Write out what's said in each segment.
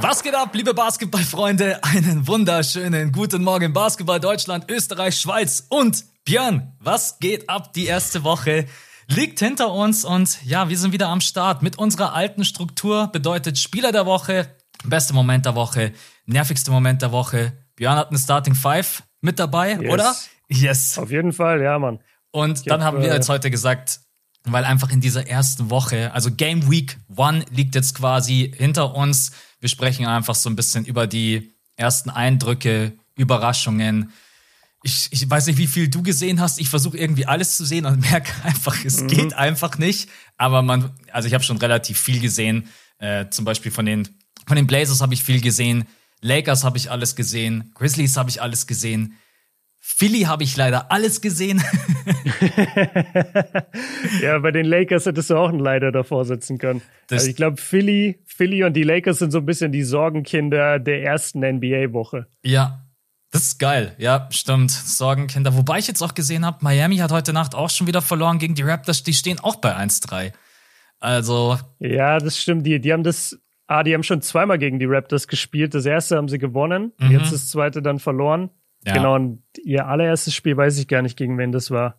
Was geht ab, liebe Basketballfreunde? Einen wunderschönen guten Morgen Basketball Deutschland, Österreich, Schweiz und Björn. Was geht ab? Die erste Woche liegt hinter uns und ja, wir sind wieder am Start mit unserer alten Struktur. Bedeutet Spieler der Woche, beste Moment der Woche, nervigste Moment der Woche. Björn hat eine Starting Five mit dabei, yes. Oder? Yes. Auf jeden Fall, ja, Mann. Und dann haben wir jetzt heute gesagt, weil einfach in dieser ersten Woche, also Game Week 1 liegt jetzt quasi hinter uns. Wir sprechen einfach so ein bisschen über die ersten Eindrücke, Überraschungen. Ich weiß nicht, wie viel du gesehen hast. Ich versuche irgendwie alles zu sehen und merke einfach, es geht einfach nicht. Aber ich habe schon relativ viel gesehen. Zum Beispiel von den Blazers habe ich viel gesehen. Lakers habe ich alles gesehen. Grizzlies habe ich alles gesehen. Philly habe ich leider alles gesehen. Ja, bei den Lakers hättest du auch einen Leider davor sitzen können. Also ich glaube, Philly und die Lakers sind so ein bisschen die Sorgenkinder der ersten NBA-Woche. Ja, das ist geil. Ja, stimmt. Sorgenkinder. Wobei ich jetzt auch gesehen habe, Miami hat heute Nacht auch schon wieder verloren gegen die Raptors. Die stehen auch bei 1-3. Also. Ja, das stimmt. Die haben schon zweimal gegen die Raptors gespielt. Das erste haben sie gewonnen. Jetzt das zweite dann verloren. Ja. Genau, und ihr allererstes Spiel weiß ich gar nicht, gegen wen das war.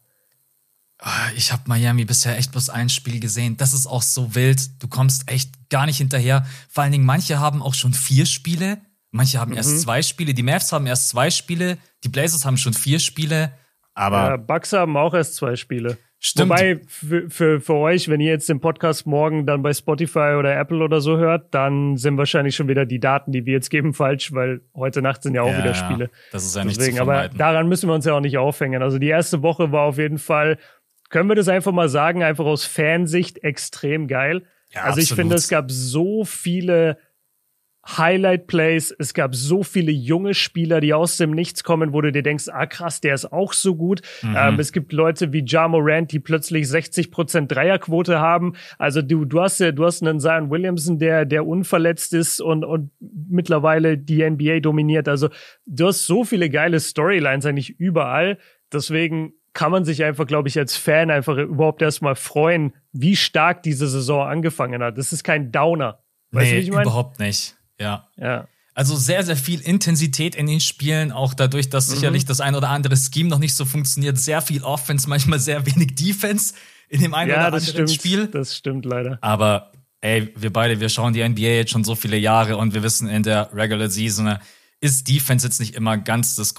Ich habe Miami bisher echt bloß ein Spiel gesehen. Das ist auch so wild. Du kommst echt gar nicht hinterher. Vor allen Dingen, manche haben auch schon 4 Spiele. Manche haben erst 2 Spiele. Die Mavs haben erst 2 Spiele. Die Blazers haben schon 4 Spiele. Aber ja, Bucks haben auch erst 2 Spiele. Stimmt. Wobei, für euch, wenn ihr jetzt den Podcast morgen dann bei Spotify oder Apple oder so hört, dann sind wahrscheinlich schon wieder die Daten, die wir jetzt geben, falsch, weil heute Nacht sind ja auch wieder Spiele. Das ist ja nicht zu vermeiden. Aber daran müssen wir uns ja auch nicht aufhängen. Also die erste Woche war auf jeden Fall, können wir das einfach mal sagen, einfach aus Fansicht extrem geil. Ja, also ich finde, es gab so viele Highlight-Plays, es gab so viele junge Spieler, die aus dem Nichts kommen, wo du dir denkst, krass, der ist auch so gut. Es gibt Leute wie Ja Morant, die plötzlich 60% Dreierquote haben. Also du hast einen Zion Williamson, der unverletzt ist und mittlerweile die NBA dominiert. Also du hast so viele geile Storylines eigentlich überall. Deswegen kann man sich einfach, glaube ich, als Fan einfach überhaupt erstmal freuen, wie stark diese Saison angefangen hat. Das ist kein Downer. Weißt du, wie ich meine? Überhaupt nicht. Ja. Also sehr, sehr viel Intensität in den Spielen, auch dadurch, dass sicherlich das ein oder andere Scheme noch nicht so funktioniert. Sehr viel Offense, manchmal sehr wenig Defense in dem einen oder anderen Spiel. Das stimmt leider. Aber wir schauen die NBA jetzt schon so viele Jahre und wir wissen, in der Regular Season ist Defense jetzt nicht immer ganz das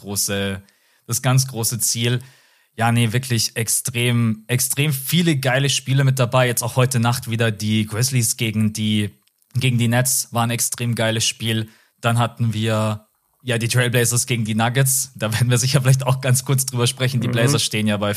ganz große Ziel. Ja, nee, wirklich extrem, extrem viele geile Spiele mit dabei. Jetzt auch heute Nacht wieder die Grizzlies gegen die Nets, war ein extrem geiles Spiel. Dann hatten wir die Trailblazers gegen die Nuggets. Da werden wir sicher vielleicht auch ganz kurz drüber sprechen. Die Blazers stehen ja bei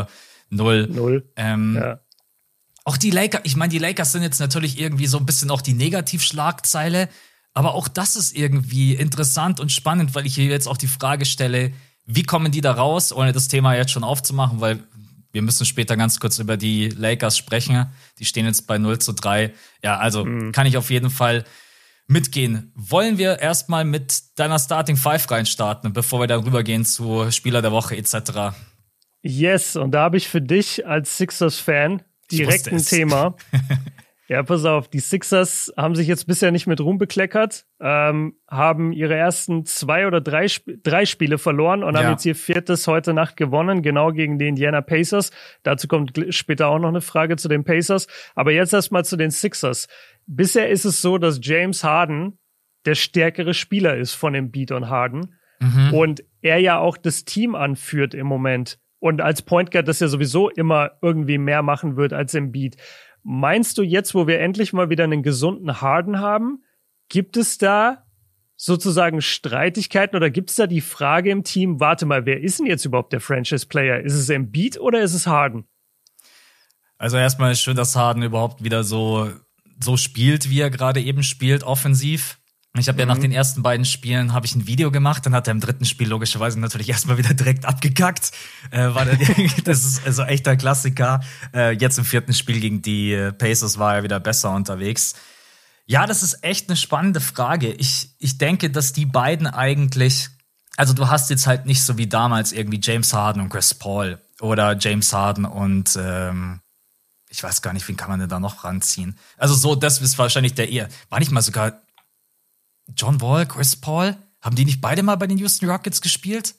4-0. Auch die Lakers, ich meine, die Lakers sind jetzt natürlich irgendwie so ein bisschen auch die Negativschlagzeile. Aber auch das ist irgendwie interessant und spannend, weil ich hier jetzt auch die Frage stelle, wie kommen die da raus, ohne das Thema jetzt schon aufzumachen, weil wir müssen später ganz kurz über die Lakers sprechen. Die stehen jetzt bei 0-3. Ja, also kann ich auf jeden Fall mitgehen. Wollen wir erstmal mit deiner Starting Five reinstarten, bevor wir dann rübergehen zu Spieler der Woche etc.? Yes, und da habe ich für dich als Sixers-Fan direkt ein Thema. Ja, pass auf, die Sixers haben sich jetzt bisher nicht mit Ruhm bekleckert, haben ihre ersten 2 oder 3 Spiele verloren und haben jetzt ihr 4. heute Nacht gewonnen, genau gegen die Indiana Pacers. Dazu kommt später auch noch eine Frage zu den Pacers. Aber jetzt erstmal zu den Sixers. Bisher ist es so, dass James Harden der stärkere Spieler ist von Embiid und Harden und er ja auch das Team anführt im Moment und als Point Guard das ja sowieso immer irgendwie mehr machen wird als Embiid. Meinst du jetzt, wo wir endlich mal wieder einen gesunden Harden haben, gibt es da sozusagen Streitigkeiten oder gibt es da die Frage im Team, warte mal, wer ist denn jetzt überhaupt der Franchise-Player? Ist es Embiid oder ist es Harden? Also erstmal ist schön, dass Harden überhaupt wieder so spielt, wie er gerade eben spielt, offensiv. Ich habe ja nach den ersten beiden Spielen habe ich ein Video gemacht, dann hat er im 3. Spiel logischerweise natürlich erstmal wieder direkt abgekackt. Das ist also echter Klassiker. Jetzt im 4. Spiel gegen die Pacers war er wieder besser unterwegs. Ja, das ist echt eine spannende Frage. Ich denke, dass die beiden eigentlich, also du hast jetzt halt nicht so wie damals irgendwie James Harden und Chris Paul oder James Harden und ich weiß gar nicht, wen kann man denn da noch ranziehen? Also so, das ist wahrscheinlich war nicht mal sogar John Wall, Chris Paul, haben die nicht beide mal bei den Houston Rockets gespielt?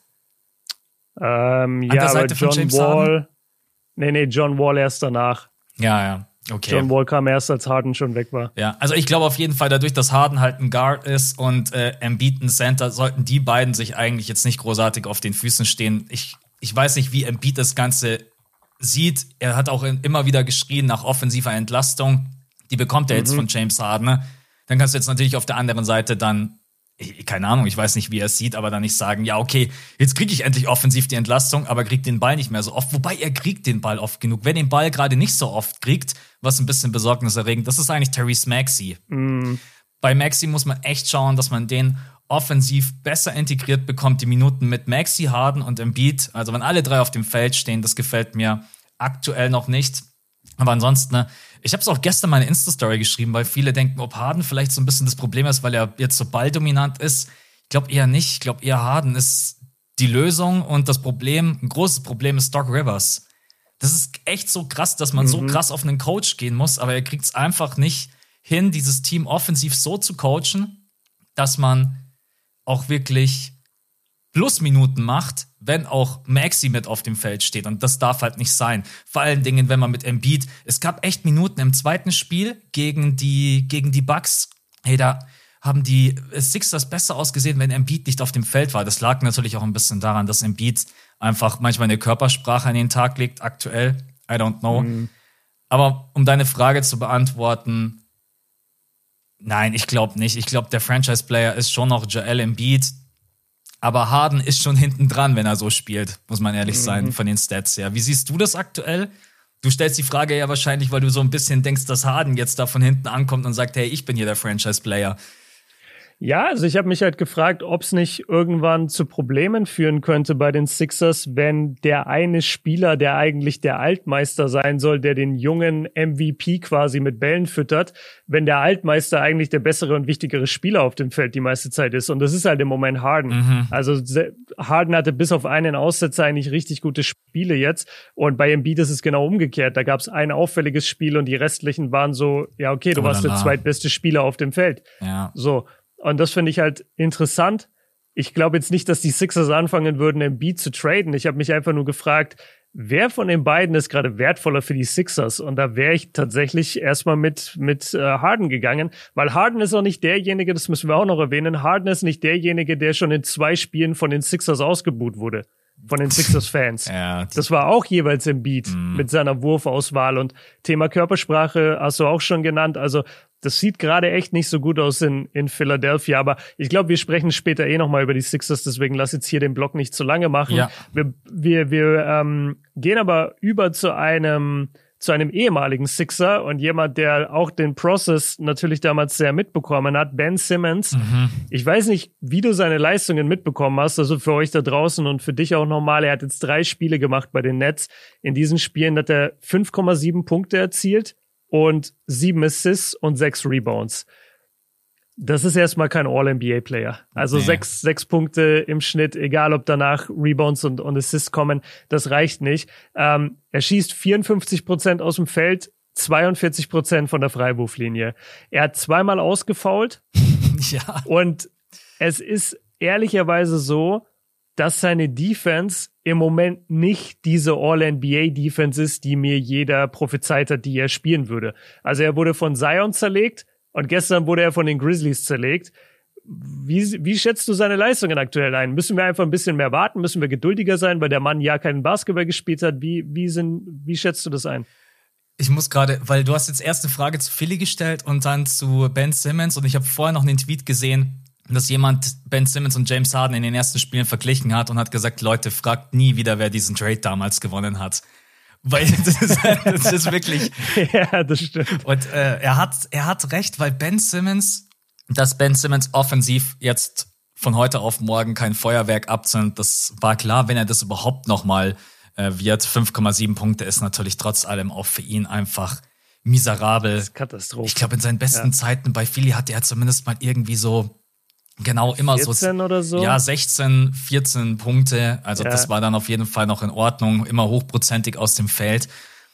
Ja, aber John Wall, John Wall erst danach. Ja, okay. John Wall kam erst, als Harden schon weg war. Ja, also ich glaube auf jeden Fall, dadurch, dass Harden halt ein Guard ist und Embiid ein Center, sollten die beiden sich eigentlich jetzt nicht großartig auf den Füßen stehen. Ich weiß nicht, wie Embiid das Ganze sieht. Er hat auch immer wieder geschrien nach offensiver Entlastung. Die bekommt er jetzt von James Harden. Ne? Dann kannst du jetzt natürlich auf der anderen Seite dann, keine Ahnung, ich weiß nicht, wie er es sieht, aber dann nicht sagen, ja, okay, jetzt kriege ich endlich offensiv die Entlastung, aber kriegt den Ball nicht mehr so oft. Wobei er kriegt den Ball oft genug. Wer den Ball gerade nicht so oft kriegt, was ein bisschen besorgniserregend, das ist eigentlich Tyrese Maxey. Bei Maxey muss man echt schauen, dass man den offensiv besser integriert bekommt, die Minuten mit Maxey, Harden und Embiid. Also wenn alle drei auf dem Feld stehen, das gefällt mir aktuell noch nicht. Aber ansonsten, ne, ich habe es auch gestern mal in Insta-Story geschrieben, weil viele denken, ob Harden vielleicht so ein bisschen das Problem ist, weil er jetzt so balldominant ist. Ich glaube eher nicht. Ich glaube eher Harden ist die Lösung und das Problem, ein großes Problem ist Doc Rivers. Das ist echt so krass, dass man so krass auf einen Coach gehen muss, aber er kriegt es einfach nicht hin, dieses Team offensiv so zu coachen, dass man auch wirklich Plusminuten macht, wenn auch Maxey mit auf dem Feld steht. Und das darf halt nicht sein. Vor allen Dingen, wenn man mit Embiid, es gab echt Minuten im zweiten Spiel gegen die Bucks. Hey, da haben die Sixers besser ausgesehen, wenn Embiid nicht auf dem Feld war. Das lag natürlich auch ein bisschen daran, dass Embiid einfach manchmal eine Körpersprache an den Tag legt, aktuell. I don't know. Aber um deine Frage zu beantworten, nein, ich glaube nicht. Ich glaube, der Franchise-Player ist schon noch Joel Embiid. Aber Harden ist schon hinten dran, wenn er so spielt, muss man ehrlich sein, von den Stats her. Wie siehst du das aktuell? Du stellst die Frage ja wahrscheinlich, weil du so ein bisschen denkst, dass Harden jetzt da von hinten ankommt und sagt, hey, ich bin hier der Franchise-Player. Ja, also ich habe mich halt gefragt, ob es nicht irgendwann zu Problemen führen könnte bei den Sixers, wenn der eine Spieler, der eigentlich der Altmeister sein soll, der den jungen MVP quasi mit Bällen füttert, wenn der Altmeister eigentlich der bessere und wichtigere Spieler auf dem Feld die meiste Zeit ist. Und das ist halt im Moment Harden. Also Harden hatte bis auf einen Aussetzer eigentlich richtig gute Spiele jetzt. Und bei Embiid ist es genau umgekehrt. Da gab es ein auffälliges Spiel und die restlichen waren so, ja okay, du warst der zweitbeste Spieler auf dem Feld. Ja. So. Und das finde ich halt interessant. Ich glaube jetzt nicht, dass die Sixers anfangen würden, Embiid zu traden. Ich habe mich einfach nur gefragt, wer von den beiden ist gerade wertvoller für die Sixers? Und da wäre ich tatsächlich erstmal mit Harden gegangen, weil Harden ist auch nicht derjenige, das müssen wir auch noch erwähnen, Harden ist nicht derjenige, der schon in 2 Spielen von den Sixers ausgebuht wurde. Von den Sixers-Fans. Ja, das war auch jeweils Embiid mit seiner Wurfauswahl. Und Thema Körpersprache hast du auch schon genannt. Also das sieht gerade echt nicht so gut aus in Philadelphia. Aber ich glaube, wir sprechen später nochmal über die Sixers. Deswegen lass jetzt hier den Block nicht zu lange machen. Ja. Wir gehen aber über zu einem ehemaligen Sixer und jemand, der auch den Prozess natürlich damals sehr mitbekommen hat, Ben Simmons. Ich weiß nicht, wie du seine Leistungen mitbekommen hast, also für euch da draußen und für dich auch nochmal. Er hat jetzt 3 Spiele gemacht bei den Nets. In diesen Spielen hat er 5,7 Punkte erzielt und 7 Assists und 6 Rebounds. Das ist erstmal kein All-NBA-Player. Also 6 Punkte im Schnitt, egal ob danach Rebounds und Assists kommen, das reicht nicht. Er schießt 54% aus dem Feld, 42% von der Freiwurflinie. Er hat 2-mal ausgefoult. Ja. Und es ist ehrlicherweise so, dass seine Defense im Moment nicht diese All-NBA-Defense ist, die mir jeder prophezeit hat, die er spielen würde. Also er wurde von Zion zerlegt, und gestern wurde er von den Grizzlies zerlegt. Wie schätzt du seine Leistungen aktuell ein? Müssen wir einfach ein bisschen mehr warten? Müssen wir geduldiger sein, weil der Mann ja keinen Basketball gespielt hat? Wie schätzt du das ein? Ich muss gerade, weil du hast jetzt erst eine Frage zu Philly gestellt und dann zu Ben Simmons. Und ich habe vorher noch einen Tweet gesehen, dass jemand Ben Simmons und James Harden in den ersten Spielen verglichen hat und hat gesagt, Leute, fragt nie wieder, wer diesen Trade damals gewonnen hat. Weil das ist wirklich. Ja, das stimmt. Und er hat recht, weil Ben Simmons offensiv jetzt von heute auf morgen kein Feuerwerk abzündet. Das war klar, wenn er das überhaupt nochmal wird. 5,7 Punkte ist natürlich trotz allem auch für ihn einfach miserabel. Das ist Katastrophe. Ich glaube, in seinen besten Zeiten bei Philly hatte er zumindest mal irgendwie so genau immer 14 so. Oder so? Ja, 16, 14 Punkte. Also das war dann auf jeden Fall noch in Ordnung. Immer hochprozentig aus dem Feld.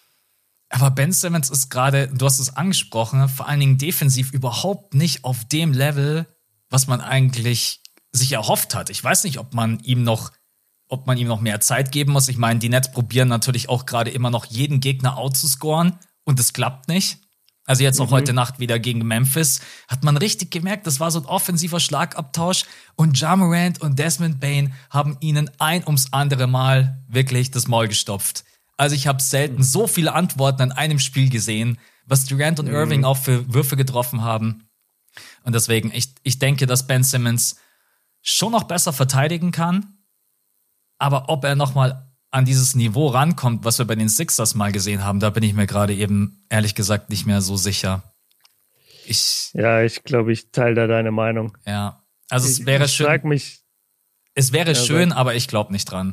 Aber Ben Simmons ist gerade, du hast es angesprochen, vor allen Dingen defensiv überhaupt nicht auf dem Level, was man eigentlich sich erhofft hat. Ich weiß nicht, ob man ihm noch mehr Zeit geben muss. Ich meine, die Nets probieren natürlich auch gerade immer noch jeden Gegner outzuscoren und es klappt nicht. Also jetzt auch heute Nacht wieder gegen Memphis, hat man richtig gemerkt, das war so ein offensiver Schlagabtausch und Ja Morant und Desmond Bane haben ihnen ein ums andere Mal wirklich das Maul gestopft. Also ich habe selten so viele Antworten an einem Spiel gesehen, was Durant und Irving auch für Würfe getroffen haben. Und deswegen, ich denke, dass Ben Simmons schon noch besser verteidigen kann, aber ob er nochmal an dieses Niveau rankommt, was wir bei den Sixers mal gesehen haben, da bin ich mir gerade eben, ehrlich gesagt, nicht mehr so sicher. Ich glaube, ich teile da deine Meinung. Ja, also es wäre schön. Es wäre schön, aber ich glaube nicht dran.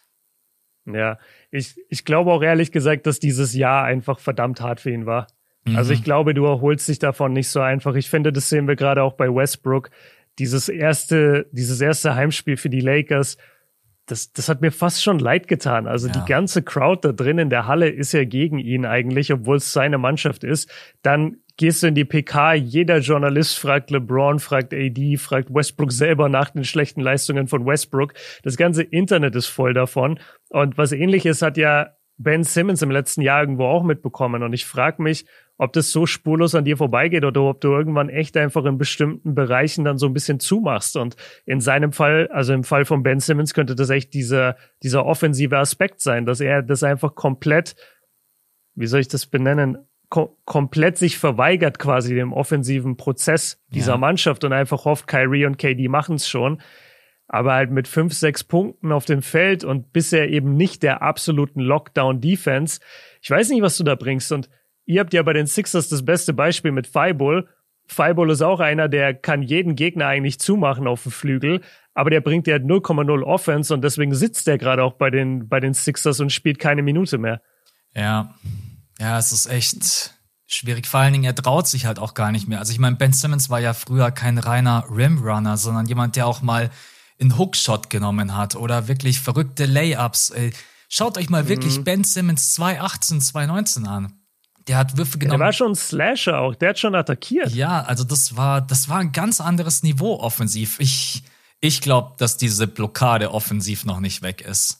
Ja, ich glaube auch ehrlich gesagt, dass dieses Jahr einfach verdammt hart für ihn war. Also ich glaube, du erholst dich davon nicht so einfach. Ich finde, das sehen wir gerade auch bei Westbrook. Dieses erste Heimspiel für die Lakers, das hat mir fast schon leid getan. Also die ganze Crowd da drin in der Halle ist ja gegen ihn eigentlich, obwohl es seine Mannschaft ist. Dann gehst du in die PK, jeder Journalist fragt LeBron, fragt AD, fragt Westbrook selber nach den schlechten Leistungen von Westbrook. Das ganze Internet ist voll davon. Und was Ähnliches hat ja Ben Simmons im letzten Jahr irgendwo auch mitbekommen. Und ich frage mich, ob das so spurlos an dir vorbeigeht oder ob du irgendwann echt einfach in bestimmten Bereichen dann so ein bisschen zumachst. Und in seinem Fall, also im Fall von Ben Simmons, könnte das echt dieser offensive Aspekt sein, dass er das einfach komplett, wie soll ich das benennen, komplett sich verweigert quasi dem offensiven Prozess dieser Mannschaft und einfach hofft, Kyrie und KD machen es schon. Aber halt mit 5, 6 Punkten auf dem Feld und bisher eben nicht der absoluten Lockdown-Defense. Ich weiß nicht, was du da bringst. Und ihr habt ja bei den Sixers das beste Beispiel mit Thibault. Thibault ist auch einer, der kann jeden Gegner eigentlich zumachen auf dem Flügel, aber der bringt ja 0,0 Offense und deswegen sitzt der gerade auch bei den Sixers und spielt keine Minute mehr. Ja, es ist echt schwierig. Vor allen Dingen, er traut sich halt auch gar nicht mehr. Also ich meine, Ben Simmons war ja früher kein reiner Rim-Runner, sondern jemand, der auch mal einen Hookshot genommen hat oder wirklich verrückte Layups. Schaut euch mal wirklich Ben Simmons 2018, 2019 an. Der hat Würfe genommen. Der war schon ein Slasher auch, der hat schon attackiert. Ja, also das war ein ganz anderes Niveau offensiv. Ich glaube, dass diese Blockade offensiv noch nicht weg ist.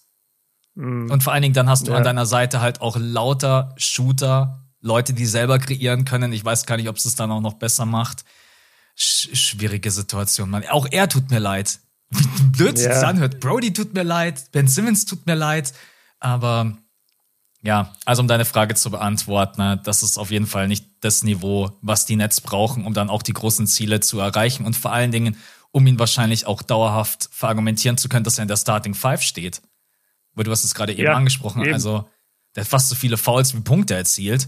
Und vor allen Dingen, dann hast du an deiner Seite halt auch lauter Shooter, Leute, die selber kreieren können. Ich weiß gar nicht, ob es dann auch noch besser macht. Schwierige Situation, Mann. Auch er tut mir leid. Wie blöd sich das anhört. Brody tut mir leid, Ben Simmons tut mir leid. Aber ja, also um deine Frage zu beantworten, das ist auf jeden Fall nicht das Niveau, was die Nets brauchen, um dann auch die großen Ziele zu erreichen. Und vor allen Dingen, um ihn wahrscheinlich auch dauerhaft verargumentieren zu können, dass er in der Starting Five steht. Weil du hast es gerade eben angesprochen. Eben. Also, der hat fast so viele Fouls wie Punkte erzielt.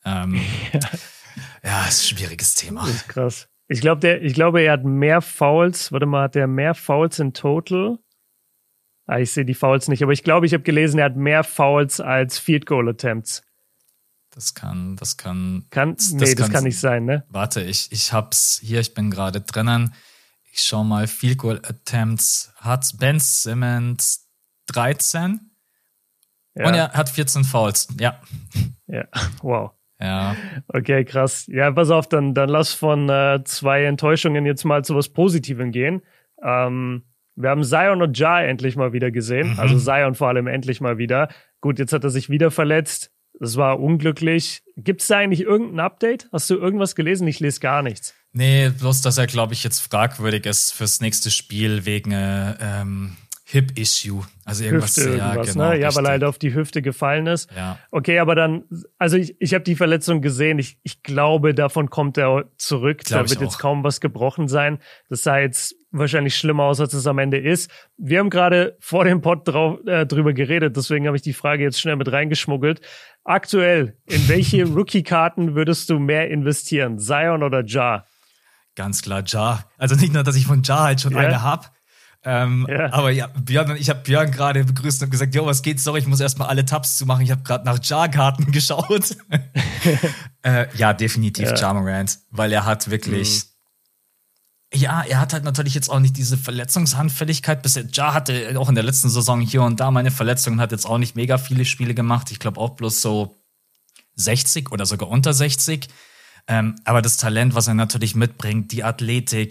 Ja, ist ein schwieriges Thema. Das ist krass. Ich glaube, er hat mehr Fouls. Warte mal, hat er mehr Fouls in total? Ich sehe die Fouls nicht, aber ich glaube, ich habe gelesen, er hat mehr Fouls als Field Goal Attempts. Das kann nicht sein, ne? Warte, ich hab's hier, ich bin gerade drinnen. Ich schau mal, Field Goal Attempts hat Ben Simmons 13 und er hat 14 Fouls, ja. Ja, wow. Ja. Okay, krass. Ja, pass auf, dann lass von 2 Enttäuschungen jetzt mal zu was Positivem gehen. Wir haben Zion und Ja endlich mal wieder gesehen. Also Zion vor allem endlich mal wieder. Gut, jetzt hat er sich wieder verletzt. Das war unglücklich. Gibt es da eigentlich irgendein Update? Hast du irgendwas gelesen? Ich lese gar nichts. Nee, bloß, dass er, glaube ich, jetzt fragwürdig ist fürs nächste Spiel wegen Hip-Issue. Also irgendwas Hüfte, sehr, genau. Ne? Ja, weil er halt auf die Hüfte gefallen ist. Ja. Okay, aber dann, also ich habe die Verletzung gesehen. Ich glaube, davon kommt er zurück. Da wird jetzt kaum was gebrochen sein. Das sah jetzt wahrscheinlich schlimmer aus, als es am Ende ist. Wir haben gerade vor dem Pod drüber geredet, deswegen habe ich die Frage jetzt schnell mit reingeschmuggelt. Aktuell, in welche Rookie-Karten würdest du mehr investieren? Zion oder Ja? Ganz klar Ja. Also nicht nur, dass ich von Ja halt schon eine habe. Aber ja, ich habe Björn gerade begrüßt und gesagt, jo, was geht? Sorry, ich muss erstmal alle Tabs zumachen. Ich habe gerade nach Ja-Karten geschaut. Ja, definitiv Ja Morant, weil er hat wirklich er hat halt natürlich jetzt auch nicht diese Verletzungsanfälligkeit. Bisher Ja hatte auch in der letzten Saison hier und da meine Verletzungen, hat jetzt auch nicht mega viele Spiele gemacht. Ich glaube auch bloß so 60 oder sogar unter 60. Aber das Talent, was er natürlich mitbringt, die Athletik,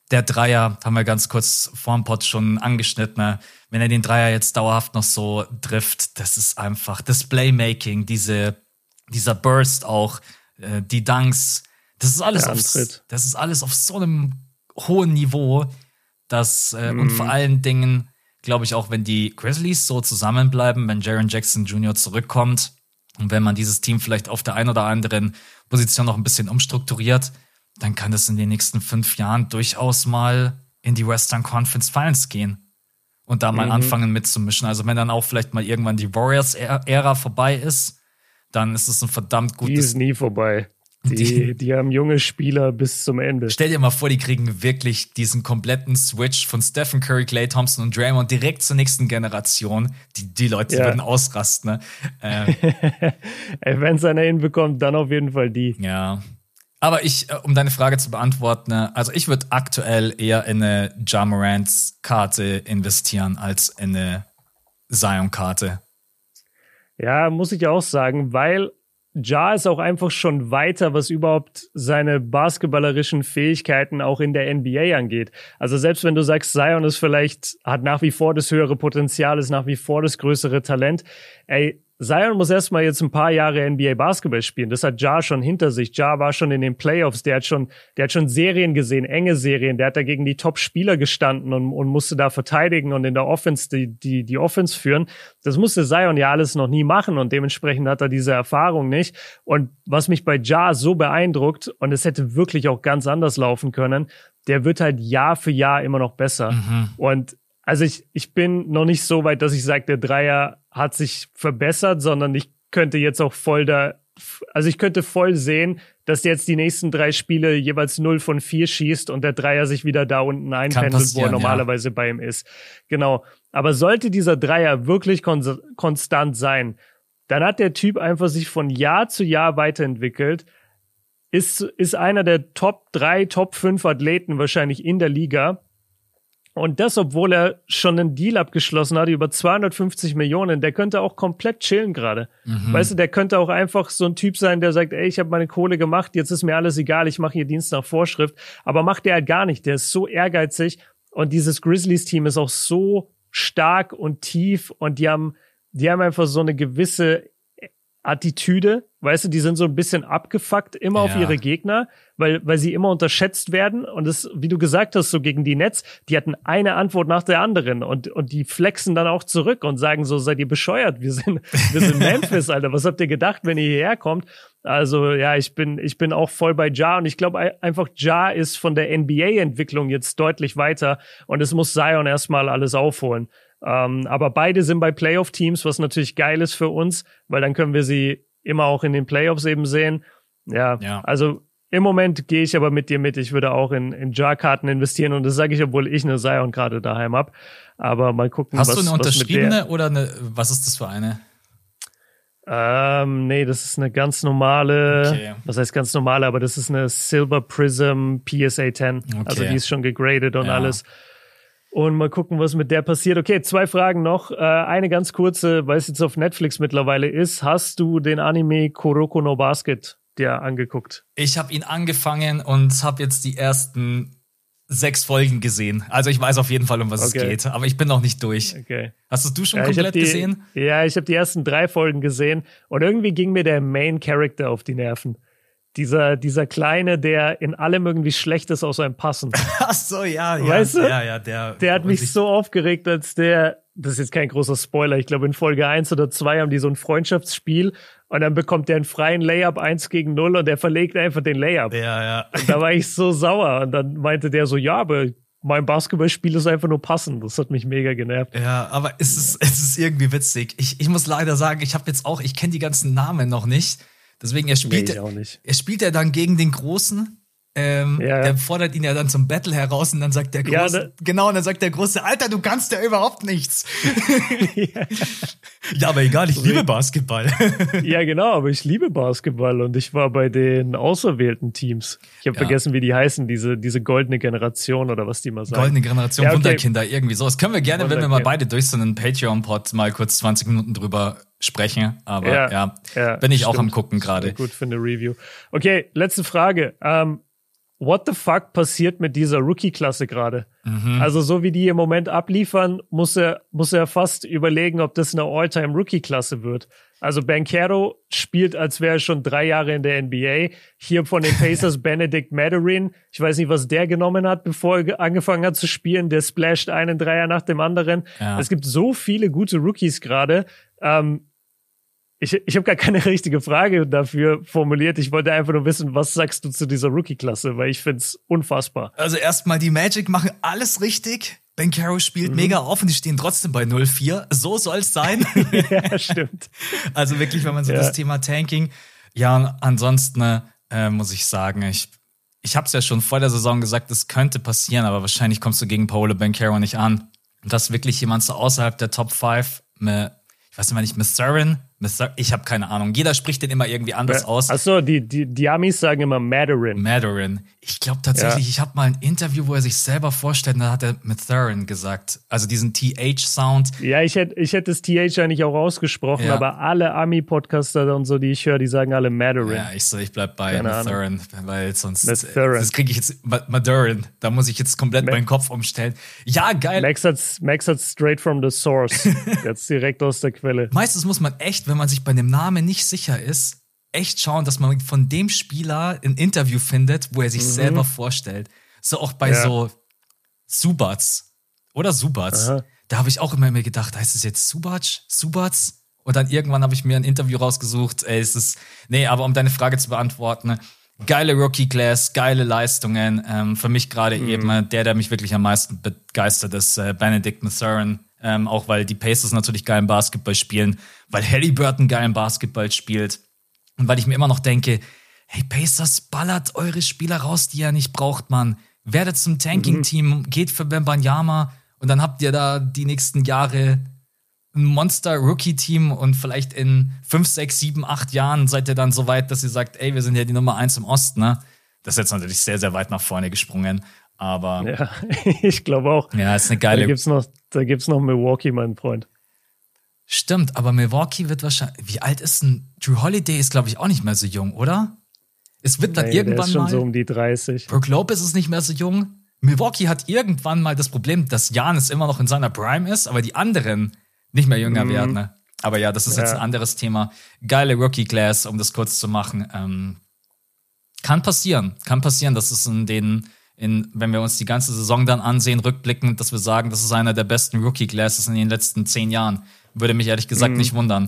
der Dreier, haben wir ganz kurz vorm Pod schon angeschnitten, ne? Wenn er den Dreier jetzt dauerhaft noch so trifft, das ist einfach das Playmaking, dieser Burst auch, die Dunks, das ist alles auf so einem hohen Niveau, dass und vor allen Dingen, glaube ich auch, wenn die Grizzlies so zusammenbleiben, wenn Jaren Jackson Jr. zurückkommt und wenn man dieses Team vielleicht auf der einen oder anderen Position noch ein bisschen umstrukturiert, dann kann das in den nächsten 5 Jahren durchaus mal in die Western Conference Finals gehen und da mal anfangen mitzumischen. Also wenn dann auch vielleicht mal irgendwann die Warriors-Ära vorbei ist, dann ist es ein verdammt gutes... Die ist nie vorbei. Die haben junge Spieler bis zum Ende. Stell dir mal vor, die kriegen wirklich diesen kompletten Switch von Stephen Curry, Klay Thompson und Draymond direkt zur nächsten Generation. Die Leute würden ausrasten. Ne? Wenn es einer hinbekommt, dann auf jeden Fall die. Ja. Aber um deine Frage zu beantworten, also ich würde aktuell eher in eine Ja Morants Karte investieren als in eine Zion-Karte. Ja, muss ich auch sagen, weil Ja ist auch einfach schon weiter, was überhaupt seine basketballerischen Fähigkeiten auch in der NBA angeht. Also selbst wenn du sagst, Zion hat nach wie vor das höhere Potenzial, ist nach wie vor das größere Talent. Zion muss erstmal jetzt ein paar Jahre NBA Basketball spielen. Das hat Ja schon hinter sich. Ja war schon in den Playoffs. Der hat schon Serien gesehen, enge Serien. Der hat da gegen die Top-Spieler gestanden und musste da verteidigen und in der Offense die Offense führen. Das musste Zion ja alles noch nie machen und dementsprechend hat er diese Erfahrung nicht. Und was mich bei Ja so beeindruckt, und es hätte wirklich auch ganz anders laufen können, der wird halt Jahr für Jahr immer noch besser. Und also ich bin noch nicht so weit, dass ich sage, der Dreier hat sich verbessert, sondern ich könnte jetzt auch ich könnte voll sehen, dass der jetzt die nächsten 3 Spiele jeweils 0 von 4 schießt und der Dreier sich wieder da unten einpendelt, wo er normalerweise bei ihm ist. Genau. Aber sollte dieser Dreier wirklich konstant sein, dann hat der Typ einfach sich von Jahr zu Jahr weiterentwickelt, ist einer der Top 3, Top 5 Athleten wahrscheinlich in der Liga. Und das, obwohl er schon einen Deal abgeschlossen hat über 250 Millionen, der könnte auch komplett chillen gerade. Weißt du, der könnte auch einfach so ein Typ sein, der sagt, ey, ich habe meine Kohle gemacht, jetzt ist mir alles egal, ich mache hier Dienst nach Vorschrift. Aber macht der halt gar nicht, der ist so ehrgeizig und dieses Grizzlies-Team ist auch so stark und tief und die haben einfach so eine gewisse Attitüde, weißt du, die sind so ein bisschen abgefuckt immer auf ihre Gegner, weil sie immer unterschätzt werden und das, wie du gesagt hast, so gegen die Nets, die hatten eine Antwort nach der anderen und die flexen dann auch zurück und sagen so, seid ihr bescheuert, wir sind Memphis, Alter, was habt ihr gedacht, wenn ihr hierher kommt? Also ja, ich bin auch voll bei Ja und ich glaube einfach, Ja ist von der NBA-Entwicklung jetzt deutlich weiter und es muss Zion erstmal alles aufholen. Aber beide sind bei Playoff-Teams, was natürlich geil ist für uns, weil dann können wir sie immer auch in den Playoffs eben sehen. Ja. Also im Moment gehe ich aber mit dir mit. Ich würde auch in Ja-Karten investieren und das sage ich, obwohl ich eine Zion gerade daheim habe. Aber mal gucken, Hast du eine unterschriebene oder was ist das für eine? Nee, das ist eine ganz normale, Was heißt ganz normale, aber das ist eine Silver Prism PSA 10. Okay. Also die ist schon gegradet und alles. Und mal gucken, was mit der passiert. Okay, 2 Fragen noch. Eine ganz kurze, weil es jetzt auf Netflix mittlerweile ist. Hast du den Anime Kuroko no Basket dir angeguckt? Ich habe ihn angefangen und habe jetzt die ersten 6 Folgen gesehen. Also ich weiß auf jeden Fall, um was es geht. Aber ich bin noch nicht durch. Okay. Hast du schon komplett gesehen? Ja, ich habe die ersten 3 Folgen gesehen. Und irgendwie ging mir der Main Character auf die Nerven. Dieser Kleine, der in allem irgendwie schlecht ist, außer im Passen. Ach so, ja. Weißt du? Ja, der hat mich so aufgeregt, als das ist jetzt kein großer Spoiler, ich glaube in Folge 1 oder 2 haben die so ein Freundschaftsspiel und dann bekommt der einen freien Layup 1 gegen 0 und der verlegt einfach den Layup. Ja. Und da war ich so sauer und dann meinte der so, ja, aber mein Basketballspiel ist einfach nur passend. Das hat mich mega genervt. Ja, aber es ist irgendwie witzig. Ich muss leider sagen, ich kenne die ganzen Namen noch nicht. Deswegen, er spielt ja dann gegen den Großen. Der fordert ihn ja dann zum Battle heraus und dann sagt der Große, und dann sagt der Große, Alter, du kannst ja überhaupt nichts. Ja, aber egal, ich liebe Basketball. Ja, genau, aber ich liebe Basketball und ich war bei den auserwählten Teams. Ich habe vergessen, wie die heißen, diese goldene Generation oder was die mal sagen. Goldene Generation, Wunderkinder, irgendwie sowas. Können wir gerne, wenn wir mal beide durch so einen Patreon-Pod mal kurz 20 Minuten drüber sprechen. Aber bin ich auch am gucken gerade. Gut für eine Review. Okay, letzte Frage. what the fuck passiert mit dieser Rookie-Klasse gerade? Also so wie die im Moment abliefern, muss er fast überlegen, ob das eine All-Time-Rookie-Klasse wird. Also Banchero spielt, als wäre er schon 3 Jahre in der NBA. Hier von den Pacers Benedict Mathurin. Ich weiß nicht, was der genommen hat, bevor er angefangen hat zu spielen. Der splasht einen Dreier nach dem anderen. Ja. Es gibt so viele gute Rookies gerade. Ich habe gar keine richtige Frage dafür formuliert. Ich wollte einfach nur wissen, was sagst du zu dieser Rookie-Klasse? Weil ich find's unfassbar. Also erstmal, die Magic machen alles richtig. Banchero spielt mega auf und die stehen trotzdem bei 0-4. So soll's sein. Ja, stimmt. Also wirklich, wenn man so das Thema Tanking. Ja, und ansonsten muss ich sagen, ich habe es ja schon vor der Saison gesagt, es könnte passieren, aber wahrscheinlich kommst du gegen Paolo Banchero nicht an. Und dass wirklich jemand so außerhalb der Top 5, ich weiß nicht, Mathurin, ich habe keine Ahnung. Jeder spricht den immer irgendwie anders aus. Achso, die Amis sagen immer Mathurin. Mathurin. Ich glaube tatsächlich, ich habe mal ein Interview, wo er sich selber vorstellt, und da hat er Mathurin gesagt. Also diesen TH-Sound. Ja, ich hätte das TH eigentlich auch ausgesprochen, aber alle Ami-Podcaster und so, die ich höre, die sagen alle Mathurin. Ja, ich bleib bei Mathurin, weil sonst das kriege ich jetzt Mathurin. Da muss ich jetzt komplett meinen Kopf umstellen. Ja, geil. Max hat straight from the source. Jetzt direkt aus der Quelle. Meistens muss man echt, wenn man sich bei dem Namen nicht sicher ist, echt schauen, dass man von dem Spieler ein Interview findet, wo er sich selber vorstellt. So auch bei so Subats. Oder Subats. Da habe ich auch immer gedacht, heißt es jetzt Subats? Und dann irgendwann habe ich mir ein Interview rausgesucht. Aber um deine Frage zu beantworten, geile Rookie-Class, geile Leistungen. Für mich gerade eben der mich wirklich am meisten begeistert, ist Benedict Mathurin. Auch weil die Pacers natürlich geilen Basketball spielen, weil Haliburton geilen Basketball spielt und weil ich mir immer noch denke, hey Pacers, ballert eure Spieler raus, die ihr nicht braucht, Mann. Werdet zum Tanking-Team, geht für Wembanyama und dann habt ihr da die nächsten Jahre ein Monster-Rookie-Team und vielleicht in 5, 6, 7, 8 Jahren seid ihr dann so weit, dass ihr sagt, ey, wir sind ja die Nummer 1 im Osten, ne? Das ist jetzt natürlich sehr, sehr weit nach vorne gesprungen. Aber ja, ich glaube auch. Ja, ist eine geile. Da gibt's noch Milwaukee, mein Freund. Stimmt, aber Milwaukee wird wahrscheinlich. Wie alt ist denn Drew Holiday? Ist, glaube ich, auch nicht mehr so jung, oder? Es wird dann irgendwann der ist schon mal so um die 30. Brook Lopez ist nicht mehr so jung. Milwaukee hat irgendwann mal das Problem, dass Giannis immer noch in seiner Prime ist, aber die anderen nicht mehr jünger werden. Ne? Aber ja, das ist jetzt ein anderes Thema. Geile Rookie-Class, um das kurz zu machen. Kann passieren, dass es wenn wir uns die ganze Saison dann ansehen, rückblickend, dass wir sagen, das ist einer der besten Rookie-Classes in den letzten 10 Jahren. Würde mich ehrlich gesagt nicht wundern.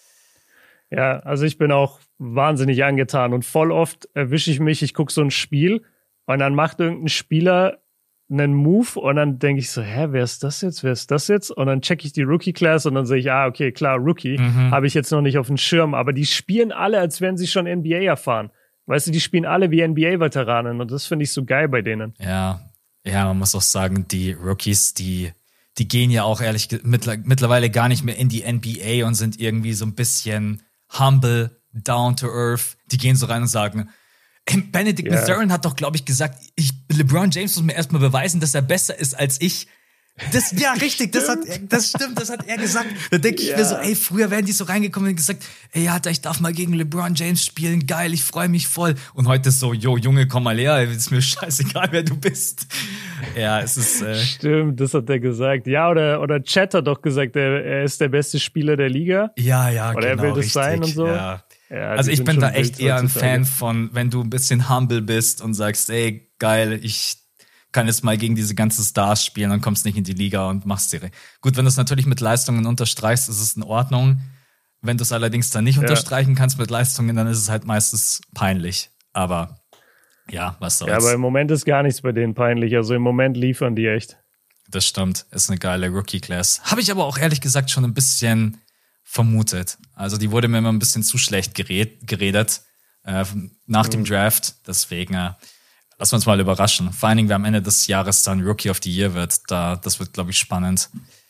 Ja, also ich bin auch wahnsinnig angetan und voll oft erwische ich mich, ich gucke so ein Spiel und dann macht irgendein Spieler einen Move und dann denke ich so, wer ist das jetzt? Und dann checke ich die Rookie-Class und dann sehe ich, okay, klar, Rookie, habe ich jetzt noch nicht auf dem Schirm, aber die spielen alle, als wären sie schon NBA erfahren. Weißt du, die spielen alle wie NBA-Veteranen und das finde ich so geil bei denen. Ja, man muss auch sagen, die Rookies, die gehen ja auch mittlerweile gar nicht mehr in die NBA und sind irgendwie so ein bisschen humble, down to earth. Die gehen so rein und sagen, Benedict Mathurin hat doch, glaube ich, gesagt, LeBron James muss mir erstmal beweisen, dass er besser ist als ich. Richtig, das stimmt, das hat er gesagt. Da denke ich mir so, früher wären die so reingekommen und gesagt, ich darf mal gegen LeBron James spielen, geil, ich freue mich voll. Und heute ist so, Junge, komm mal her, ist mir scheißegal, wer du bist. Ja, es ist... Stimmt, das hat er gesagt. Ja, oder Chet hat doch gesagt, er ist der beste Spieler der Liga. Ja, oder genau, er will das sein und so. Ja, also ich bin da echt eher ein Fan von, wenn du ein bisschen humble bist und sagst, geil, ich kann jetzt mal gegen diese ganzen Stars spielen, dann kommst nicht in die Liga und machst direkt. Gut, wenn du es natürlich mit Leistungen unterstreichst, ist es in Ordnung. Wenn du es allerdings dann nicht unterstreichen kannst mit Leistungen, dann ist es halt meistens peinlich. Aber ja, was soll's. Ja, aber im Moment ist gar nichts bei denen peinlich. Also im Moment liefern die echt. Das stimmt, ist eine geile Rookie-Class. Habe ich aber auch ehrlich gesagt schon ein bisschen vermutet. Also die wurde mir immer ein bisschen zu schlecht geredet nach dem Draft. Deswegen lassen wir uns mal überraschen. Vor allen Dingen, wer am Ende des Jahres dann Rookie of the Year wird. Das wird, glaube ich, spannend.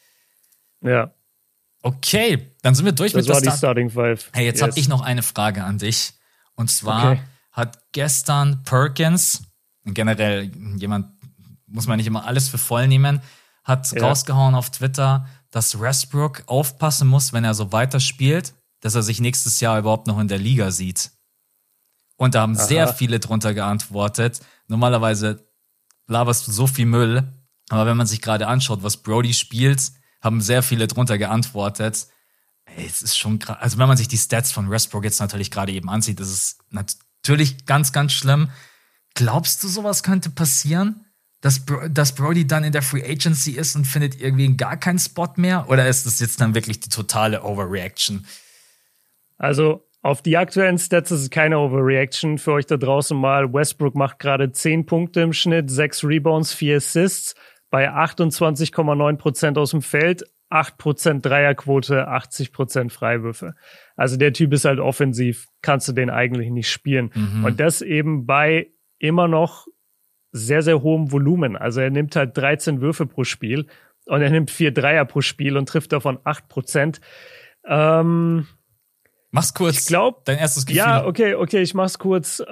Ja. Okay, dann sind wir durch mit der Starting Five. Hey, jetzt habe ich noch eine Frage an dich. Und zwar hat gestern Perkins, generell jemand, muss man nicht immer alles für voll nehmen, hat rausgehauen auf Twitter, dass Westbrook aufpassen muss, wenn er so weiterspielt, dass er sich nächstes Jahr überhaupt noch in der Liga sieht. Und da haben sehr viele drunter geantwortet. Normalerweise laberst du so viel Müll. Aber wenn man sich gerade anschaut, was Brody spielt, haben sehr viele drunter geantwortet. Ey, es ist schon krass. Also wenn man sich die Stats von Westbrook jetzt natürlich gerade eben ansieht, das ist natürlich ganz, ganz schlimm. Glaubst du, sowas könnte passieren? Dass Brody dann in der Free Agency ist und findet irgendwie gar keinen Spot mehr? Oder ist das jetzt dann wirklich die totale Overreaction? Also auf die aktuellen Stats ist es keine Overreaction. Für euch da draußen mal, Westbrook macht gerade 10 Punkte im Schnitt, 6 Rebounds, 4 Assists, bei 28,9% aus dem Feld, 8% Dreierquote, 80% Freiwürfe. Also der Typ ist halt offensiv, kannst du den eigentlich nicht spielen. Und das eben bei immer noch sehr, sehr hohem Volumen. Also er nimmt halt 13 Würfe pro Spiel und er nimmt 4 Dreier pro Spiel und trifft davon 8%. Mach's kurz. Ich glaube, dein erstes Gefühl. Ja, okay, ich mach's kurz.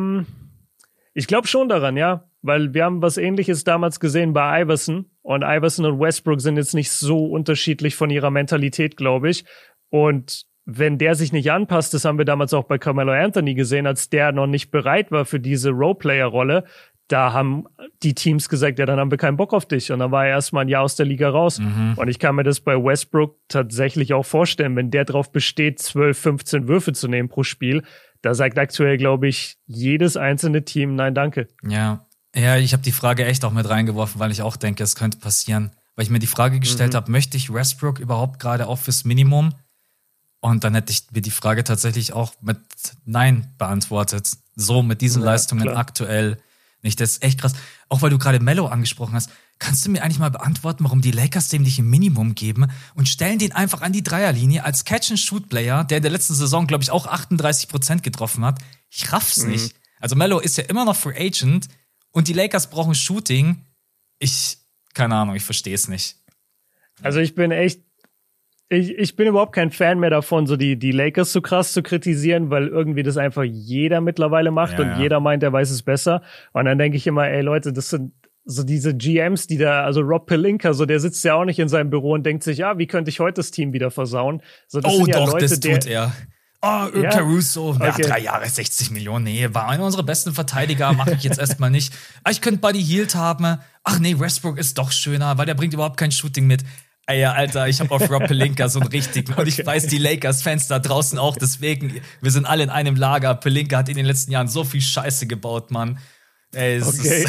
Ich glaube schon daran, ja, weil wir haben was Ähnliches damals gesehen bei Iverson und Iverson und Westbrook sind jetzt nicht so unterschiedlich von ihrer Mentalität, glaube ich. Und wenn der sich nicht anpasst, das haben wir damals auch bei Carmelo Anthony gesehen, als der noch nicht bereit war für diese Roleplayer-Rolle, da haben die Teams gesagt, ja, dann haben wir keinen Bock auf dich. Und dann war er erstmal ein Jahr aus der Liga raus. Und ich kann mir das bei Westbrook tatsächlich auch vorstellen, wenn der drauf besteht, 12, 15 Würfe zu nehmen pro Spiel, da sagt aktuell, glaube ich, jedes einzelne Team nein, danke. Ja, ich habe die Frage echt auch mit reingeworfen, weil ich auch denke, es könnte passieren. Weil ich mir die Frage gestellt habe, möchte ich Westbrook überhaupt gerade auch fürs Minimum? Und dann hätte ich mir die Frage tatsächlich auch mit Nein beantwortet. So mit diesen Leistungen klar. Aktuell nicht. Das ist echt krass. Auch weil du gerade Melo angesprochen hast. Kannst du mir eigentlich mal beantworten, warum die Lakers dem nicht ein Minimum geben und stellen den einfach an die Dreierlinie als Catch-and-Shoot-Player, der in der letzten Saison, glaube ich, auch 38% getroffen hat? Ich raff's nicht. Also Melo ist ja immer noch Free Agent und die Lakers brauchen Shooting. Keine Ahnung, ich verstehe es nicht. Also ich bin überhaupt kein Fan mehr davon, so die Lakers so krass zu kritisieren, weil irgendwie das einfach jeder mittlerweile macht und jeder meint, er weiß es besser. Und dann denke ich immer, ey Leute, das sind so diese GMs, die da, also Rob Pelinka, so der sitzt ja auch nicht in seinem Büro und denkt sich, ja, wie könnte ich heute das Team wieder versauen? So, das sind ja doch, Leute, das tut er. Caruso, okay. 3 Jahre, 60 Millionen, nee, war einer unserer besten Verteidiger, mache ich jetzt erstmal nicht. Ich könnte Buddy Hield haben. Ach nee, Westbrook ist doch schöner, weil der bringt überhaupt kein Shooting mit. Ey, Alter, ich habe auf Rob Pelinka so einen richtigen. Und ich weiß, die Lakers-Fans da draußen auch, deswegen, wir sind alle in einem Lager. Pelinka hat in den letzten Jahren so viel Scheiße gebaut, Mann. Ey, okay.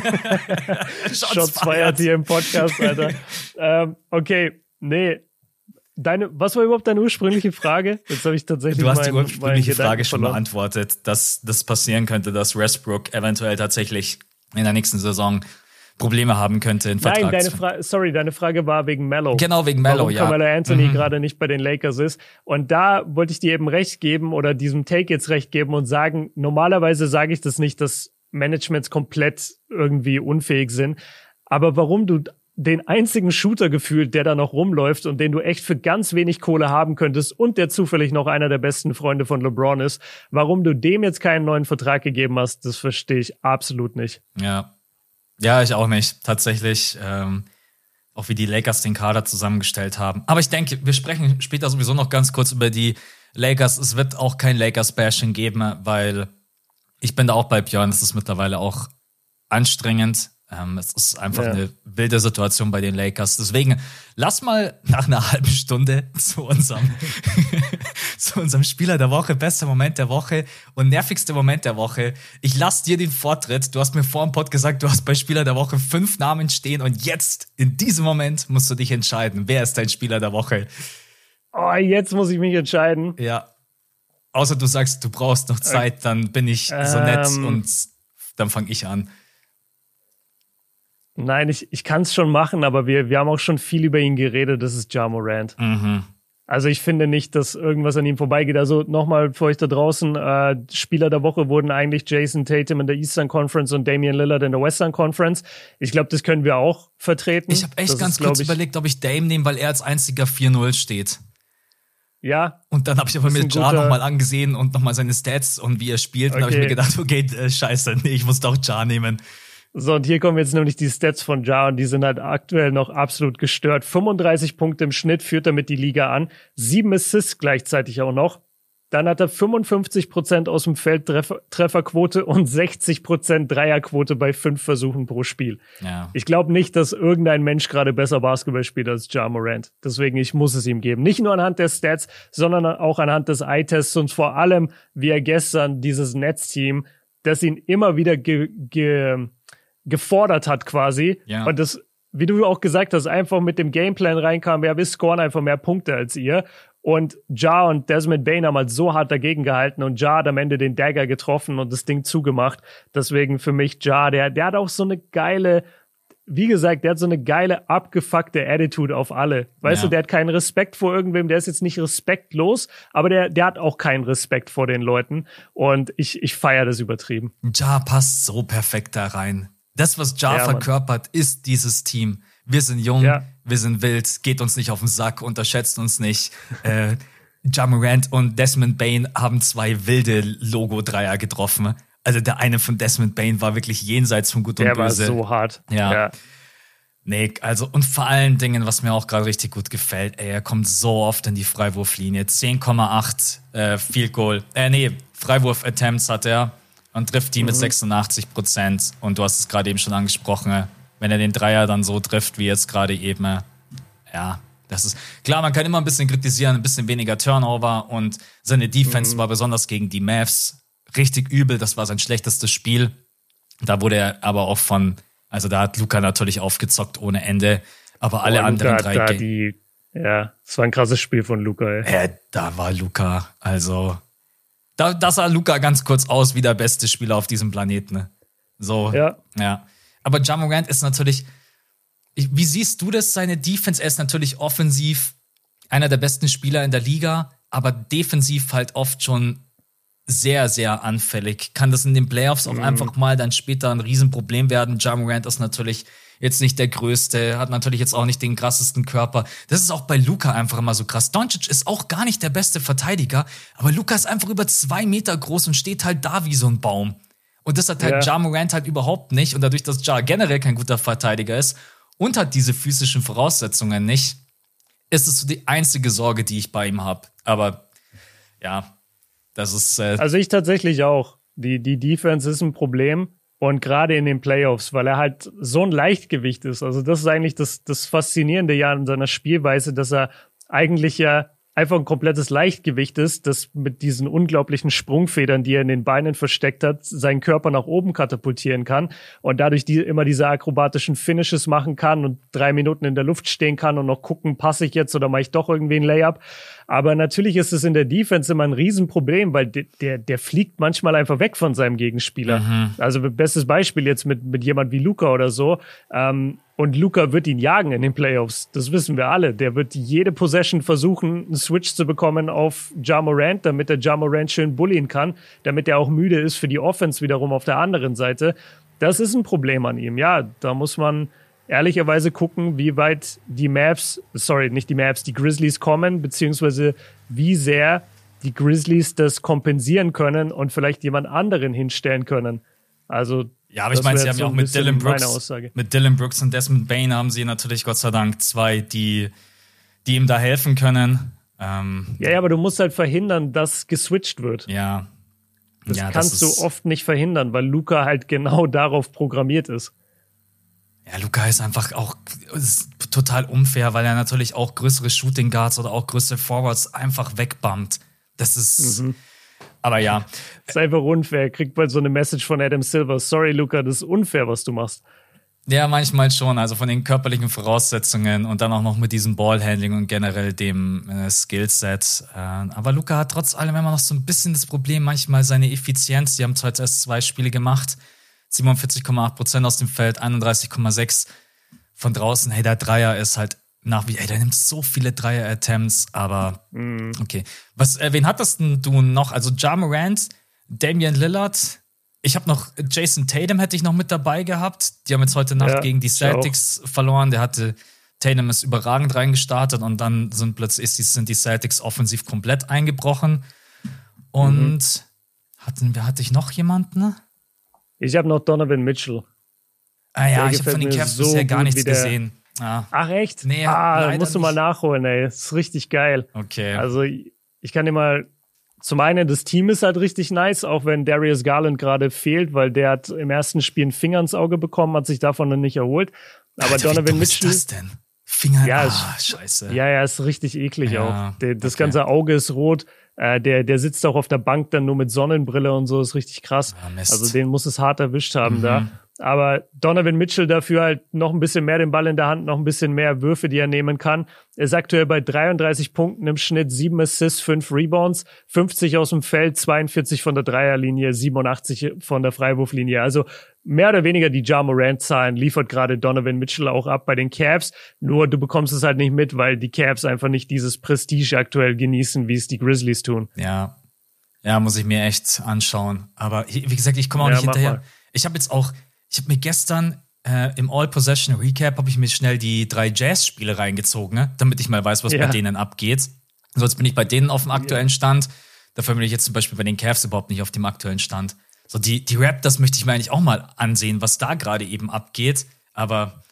Shots feiert hier im Podcast, Alter. Okay, nee. Was war überhaupt deine ursprüngliche Frage? Jetzt habe ich tatsächlich Du hast die ursprüngliche Frage schon beantwortet, dass das passieren könnte, dass Westbrook eventuell tatsächlich in der nächsten Saison Probleme haben könnte in Vertrag. Nein, deine Frage war wegen Melo. Genau, wegen Melo, ja. Warum Carmelo Anthony gerade nicht bei den Lakers ist. Und da wollte ich dir eben recht geben oder diesem Take jetzt recht geben und sagen, normalerweise sage ich das nicht, dass Managements komplett irgendwie unfähig sind. Aber warum du den einzigen Shooter gefühlt, der da noch rumläuft und den du echt für ganz wenig Kohle haben könntest und der zufällig noch einer der besten Freunde von LeBron ist, warum du dem jetzt keinen neuen Vertrag gegeben hast, das verstehe ich absolut nicht. Ja, ich auch nicht. Tatsächlich, auch wie die Lakers den Kader zusammengestellt haben. Aber ich denke, wir sprechen später sowieso noch ganz kurz über die Lakers. Es wird auch kein Lakers-Bashing geben, weil ich bin da auch bei Björn. Es ist mittlerweile auch anstrengend. Es ist einfach eine wilde Situation bei den Lakers. Deswegen lass mal nach einer halben Stunde zu unserem Spieler der Woche, bester Moment der Woche und nervigster Moment der Woche. Ich lass dir den Vortritt. Du hast mir vor dem Pod gesagt, du hast bei Spieler der Woche 5 Namen stehen und jetzt, in diesem Moment, musst du dich entscheiden. Wer ist dein Spieler der Woche? Oh, jetzt muss ich mich entscheiden. Ja. Außer du sagst, du brauchst noch Zeit, dann bin ich so nett und dann fange ich an. Nein, ich kann es schon machen, aber wir haben auch schon viel über ihn geredet. Das ist Ja Morant. Also ich finde nicht, dass irgendwas an ihm vorbeigeht. Also nochmal für euch da draußen, Spieler der Woche wurden eigentlich Jason Tatum in der Eastern Conference und Damian Lillard in der Western Conference. Ich glaube, das können wir auch vertreten. Ich habe echt ganz kurz überlegt, ob ich Dame nehme, weil er als einziger 4-0 steht. Ja. Und dann habe ich aber mir Ja nochmal angesehen und nochmal seine Stats und wie er spielt. Und habe ich mir gedacht, okay, scheiße, nee, ich muss doch Ja nehmen. So, und hier kommen jetzt nämlich die Stats von Ja und die sind halt aktuell noch absolut gestört. 35 Punkte im Schnitt führt damit die Liga an. 7 Assists gleichzeitig auch noch. dann hat er 55% aus dem Feld Trefferquote und 60% Dreierquote bei 5 Versuchen pro Spiel. Ja. Ich glaube nicht, dass irgendein Mensch gerade besser Basketball spielt als Ja Morant. Deswegen, ich muss es ihm geben. Nicht nur anhand der Stats, sondern auch anhand des Eye-Tests und vor allem, wie er gestern dieses Netzteam, das ihn immer wieder gefordert hat quasi. Ja. Und das, wie du auch gesagt hast, einfach mit dem Gameplan reinkam, ja, wir scoren einfach mehr Punkte als ihr. Und Ja und Desmond Bane haben halt so hart dagegen gehalten und Ja hat am Ende den Dagger getroffen und das Ding zugemacht. Deswegen für mich Ja, der hat auch so eine geile, wie gesagt, der hat so eine geile, abgefuckte Attitude auf alle. Weißt du, der hat keinen Respekt vor irgendwem, der ist jetzt nicht respektlos, aber der hat auch keinen Respekt vor den Leuten und ich feiere das übertrieben. Ja passt so perfekt da rein. Das, was Ja verkörpert, ist dieses Team. Wir sind jung, wir sind wild, geht uns nicht auf den Sack, unterschätzt uns nicht. Ja Morant und Desmond Bane haben 2 wilde Logo-Dreier getroffen. Also der eine von Desmond Bane war wirklich jenseits von Gut und Böse. Der war so hart. Ja. Nee, also und vor allen Dingen, was mir auch gerade richtig gut gefällt, er kommt so oft in die Freiwurflinie. 10,8 Field Goal. Freiwurf-Attempts hat er und trifft die mit 86%. Und du hast es gerade eben schon angesprochen, wenn er den Dreier dann so trifft, wie jetzt gerade eben, das ist klar, man kann immer ein bisschen kritisieren, ein bisschen weniger Turnover und seine Defense war besonders gegen die Mavs richtig übel, das war sein schlechtestes Spiel. Da wurde er aber auch da hat Luka natürlich aufgezockt ohne Ende, aber alle anderen Luka 3 es war ein krasses Spiel von Luka. Da war Luka, also da sah Luka ganz kurz aus wie der beste Spieler auf diesem Planeten. Ne? So, ja. Aber Ja Morant ist natürlich, wie siehst du das, seine Defense? Er ist natürlich offensiv einer der besten Spieler in der Liga, aber defensiv halt oft schon sehr, sehr anfällig. Kann das in den Playoffs auch einfach mal dann später ein Riesenproblem werden? Ja Morant ist natürlich jetzt nicht der Größte, hat natürlich jetzt auch nicht den krassesten Körper. Das ist auch bei Luka einfach immer so krass. Doncic ist auch gar nicht der beste Verteidiger, aber Luka ist einfach über 2 Meter groß und steht halt da wie so ein Baum. Und das hat halt Ja Morant halt überhaupt nicht. Und dadurch, dass Ja generell kein guter Verteidiger ist und hat diese physischen Voraussetzungen nicht, ist es so die einzige Sorge, die ich bei ihm habe. Aber ja, das ist also ich tatsächlich auch. Die Defense ist ein Problem und gerade in den Playoffs, weil er halt so ein Leichtgewicht ist. Also das ist eigentlich das Faszinierende ja an seiner Spielweise, dass er eigentlich ja einfach ein komplettes Leichtgewicht ist, das mit diesen unglaublichen Sprungfedern, die er in den Beinen versteckt hat, seinen Körper nach oben katapultieren kann und dadurch immer diese akrobatischen Finishes machen kann und 3 Minuten in der Luft stehen kann und noch gucken, passe ich jetzt oder mache ich doch irgendwie ein Layup. Aber natürlich ist es in der Defense immer ein Riesenproblem, weil der fliegt manchmal einfach weg von seinem Gegenspieler. Also bestes Beispiel jetzt mit jemand wie Luka oder so. Und Luka wird ihn jagen in den Playoffs. Das wissen wir alle. Der wird jede Possession versuchen, einen Switch zu bekommen auf Ja Morant, damit der Ja Morant schön bullien kann, damit er auch müde ist für die Offense wiederum auf der anderen Seite. Das ist ein Problem an ihm. Ja, da muss man ehrlicherweise gucken, wie weit die Grizzlies kommen, beziehungsweise wie sehr die Grizzlies das kompensieren können und vielleicht jemand anderen hinstellen können. Also ja, aber ich meine, sie haben ja auch mit Dillon Brooks und Desmond Bane haben sie natürlich Gott sei Dank 2, die ihm da helfen können. Ja, aber du musst halt verhindern, dass geswitcht wird. Ja. Das kannst du oft nicht verhindern, weil Luka halt genau darauf programmiert ist. Ja, Luka ist einfach auch total unfair, weil er natürlich auch größere Shooting Guards oder auch größere Forwards einfach wegbammt. Das ist aber ja. Das ist einfach unfair. Kriegt bald so eine Message von Adam Silver. Sorry, Luka, das ist unfair, was du machst. Ja, manchmal schon. Also von den körperlichen Voraussetzungen und dann auch noch mit diesem Ballhandling und generell dem Skillset. Aber Luka hat trotz allem immer noch so ein bisschen das Problem, manchmal seine Effizienz. Die haben zwar jetzt erst 2 Spiele gemacht. 47,8% aus dem Feld, 31,6% von draußen. Hey, der Dreier ist halt der nimmt so viele Dreier-Attempts, aber okay. Wen hattest du noch? Also Ja Morant, Damian Lillard. Ich habe noch Jason Tatum hätte ich noch mit dabei gehabt. Die haben jetzt heute Nacht gegen die Celtics verloren. Tatum ist überragend reingestartet und dann sind die Celtics offensiv komplett eingebrochen. Und hatte ich noch jemanden? Ich habe noch Donovan Mitchell. Ja, ich habe von den Cavs bisher gar nichts gesehen. Ach echt? Nee, musst du mal nachholen, ey. Das ist richtig geil. Okay. Also ich kann dir mal zum einen, das Team ist halt richtig nice, auch wenn Darius Garland gerade fehlt, weil der hat im ersten Spiel einen Finger ins Auge bekommen, hat sich davon dann nicht erholt. Aber Alter, Donovan Mitchell. Was ist das denn? Finger, ja, scheiße. Ja, ist richtig eklig auch. Das okay. ganze Auge ist rot. Der sitzt auch auf der Bank dann nur mit Sonnenbrille und so, ist richtig krass. Also den muss es hart erwischt haben da. Aber Donovan Mitchell dafür halt noch ein bisschen mehr den Ball in der Hand, noch ein bisschen mehr Würfe, die er nehmen kann. Er ist aktuell bei 33 Punkten im Schnitt, 7 Assists, 5 Rebounds, 50 aus dem Feld, 42 von der Dreierlinie, 87 von der Freiwurflinie. Also mehr oder weniger die Ja Morant-Zahlen liefert gerade Donovan Mitchell auch ab bei den Cavs. Nur du bekommst es halt nicht mit, weil die Cavs einfach nicht dieses Prestige aktuell genießen, wie es die Grizzlies tun. Ja, muss ich mir echt anschauen. Aber wie gesagt, ich komme auch nicht hinterher. Mal. Ich habe mir gestern im All-Possession-Recap habe ich mir schnell die 3 Jazz-Spiele reingezogen, ne? Damit ich mal weiß, was bei denen abgeht. So, jetzt bin ich bei denen auf dem aktuellen Stand. Dafür bin ich jetzt zum Beispiel bei den Cavs überhaupt nicht auf dem aktuellen Stand. So, die Raptors möchte ich mir eigentlich auch mal ansehen, was da gerade eben abgeht. Aber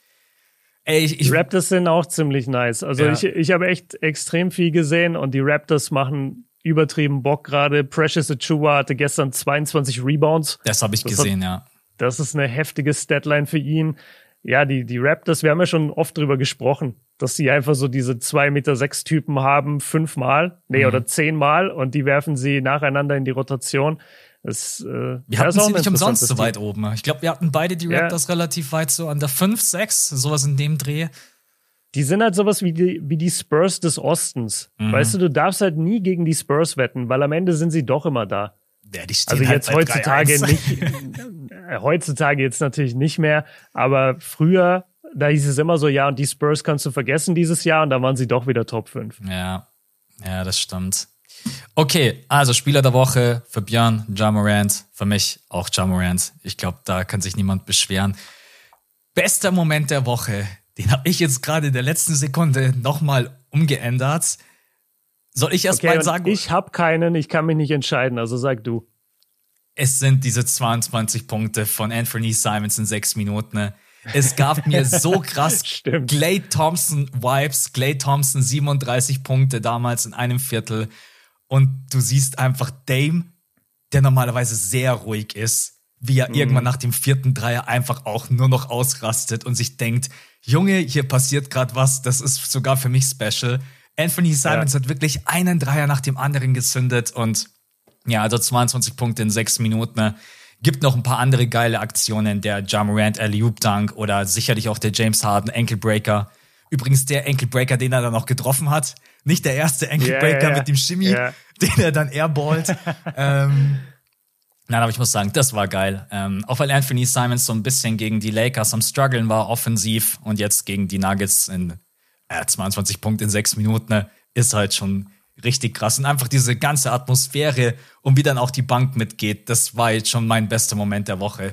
die Raptors sind auch ziemlich nice. Also ich habe echt extrem viel gesehen und die Raptors machen übertrieben Bock gerade. Precious Achiuwa hatte gestern 22 Rebounds. Das habe ich gesehen, ja. Das ist eine heftige Statline für ihn. Ja, die Raptors, wir haben ja schon oft drüber gesprochen, dass sie einfach so diese 2,6 Meter Typen haben, 5-mal, oder 10-mal und die werfen sie nacheinander in die Rotation. Wir hatten sie nicht umsonst so weit oben. Ich glaube, wir hatten beide die Raptors relativ weit so an der 5, 6, sowas in dem Dreh. Die sind halt sowas wie die Spurs des Ostens. Weißt du darfst halt nie gegen die Spurs wetten, weil am Ende sind sie doch immer da. Ja, die stehen also jetzt heutzutage nicht, heutzutage jetzt natürlich nicht mehr, aber früher, da hieß es immer so, ja, und die Spurs kannst du vergessen dieses Jahr und dann waren sie doch wieder Top 5. Ja, das stimmt. Okay, also Spieler der Woche für Björn, Ja Morant, für mich auch Ja Morant. Ich glaube, da kann sich niemand beschweren. Bester Moment der Woche, den habe ich jetzt gerade in der letzten Sekunde nochmal umgeändert. Soll ich erst mal sagen? Ich habe keinen, ich kann mich nicht entscheiden, also sag du. Es sind diese 22 Punkte von Anthony Simons in 6 Minuten. Es gab mir so krass Klay Thompson Vibes. Klay Thompson 37 Punkte damals in einem Viertel. Und du siehst einfach Dame, der normalerweise sehr ruhig ist, wie er irgendwann nach dem 4. Dreier einfach auch nur noch ausrastet und sich denkt, Junge, hier passiert gerade was, das ist sogar für mich special. Anthony Simons hat wirklich einen Dreier nach dem anderen gezündet und ja, also 22 Punkte in 6 Minuten. Gibt noch ein paar andere geile Aktionen, der Ja Morant Alley-Oop Dunk oder sicherlich auch der James Harden Ankle Breaker. Übrigens der Ankle Breaker, den er dann noch getroffen hat. Nicht der erste Ankle Breaker mit dem Shimmy, den er dann airballt. Nein, aber ich muss sagen, das war geil. Auch weil Anthony Simons so ein bisschen gegen die Lakers am Struggeln war, offensiv und jetzt gegen die Nuggets in 22 Punkte in 6 Minuten ist halt schon richtig krass. Und einfach diese ganze Atmosphäre und wie dann auch die Bank mitgeht, das war jetzt schon mein bester Moment der Woche.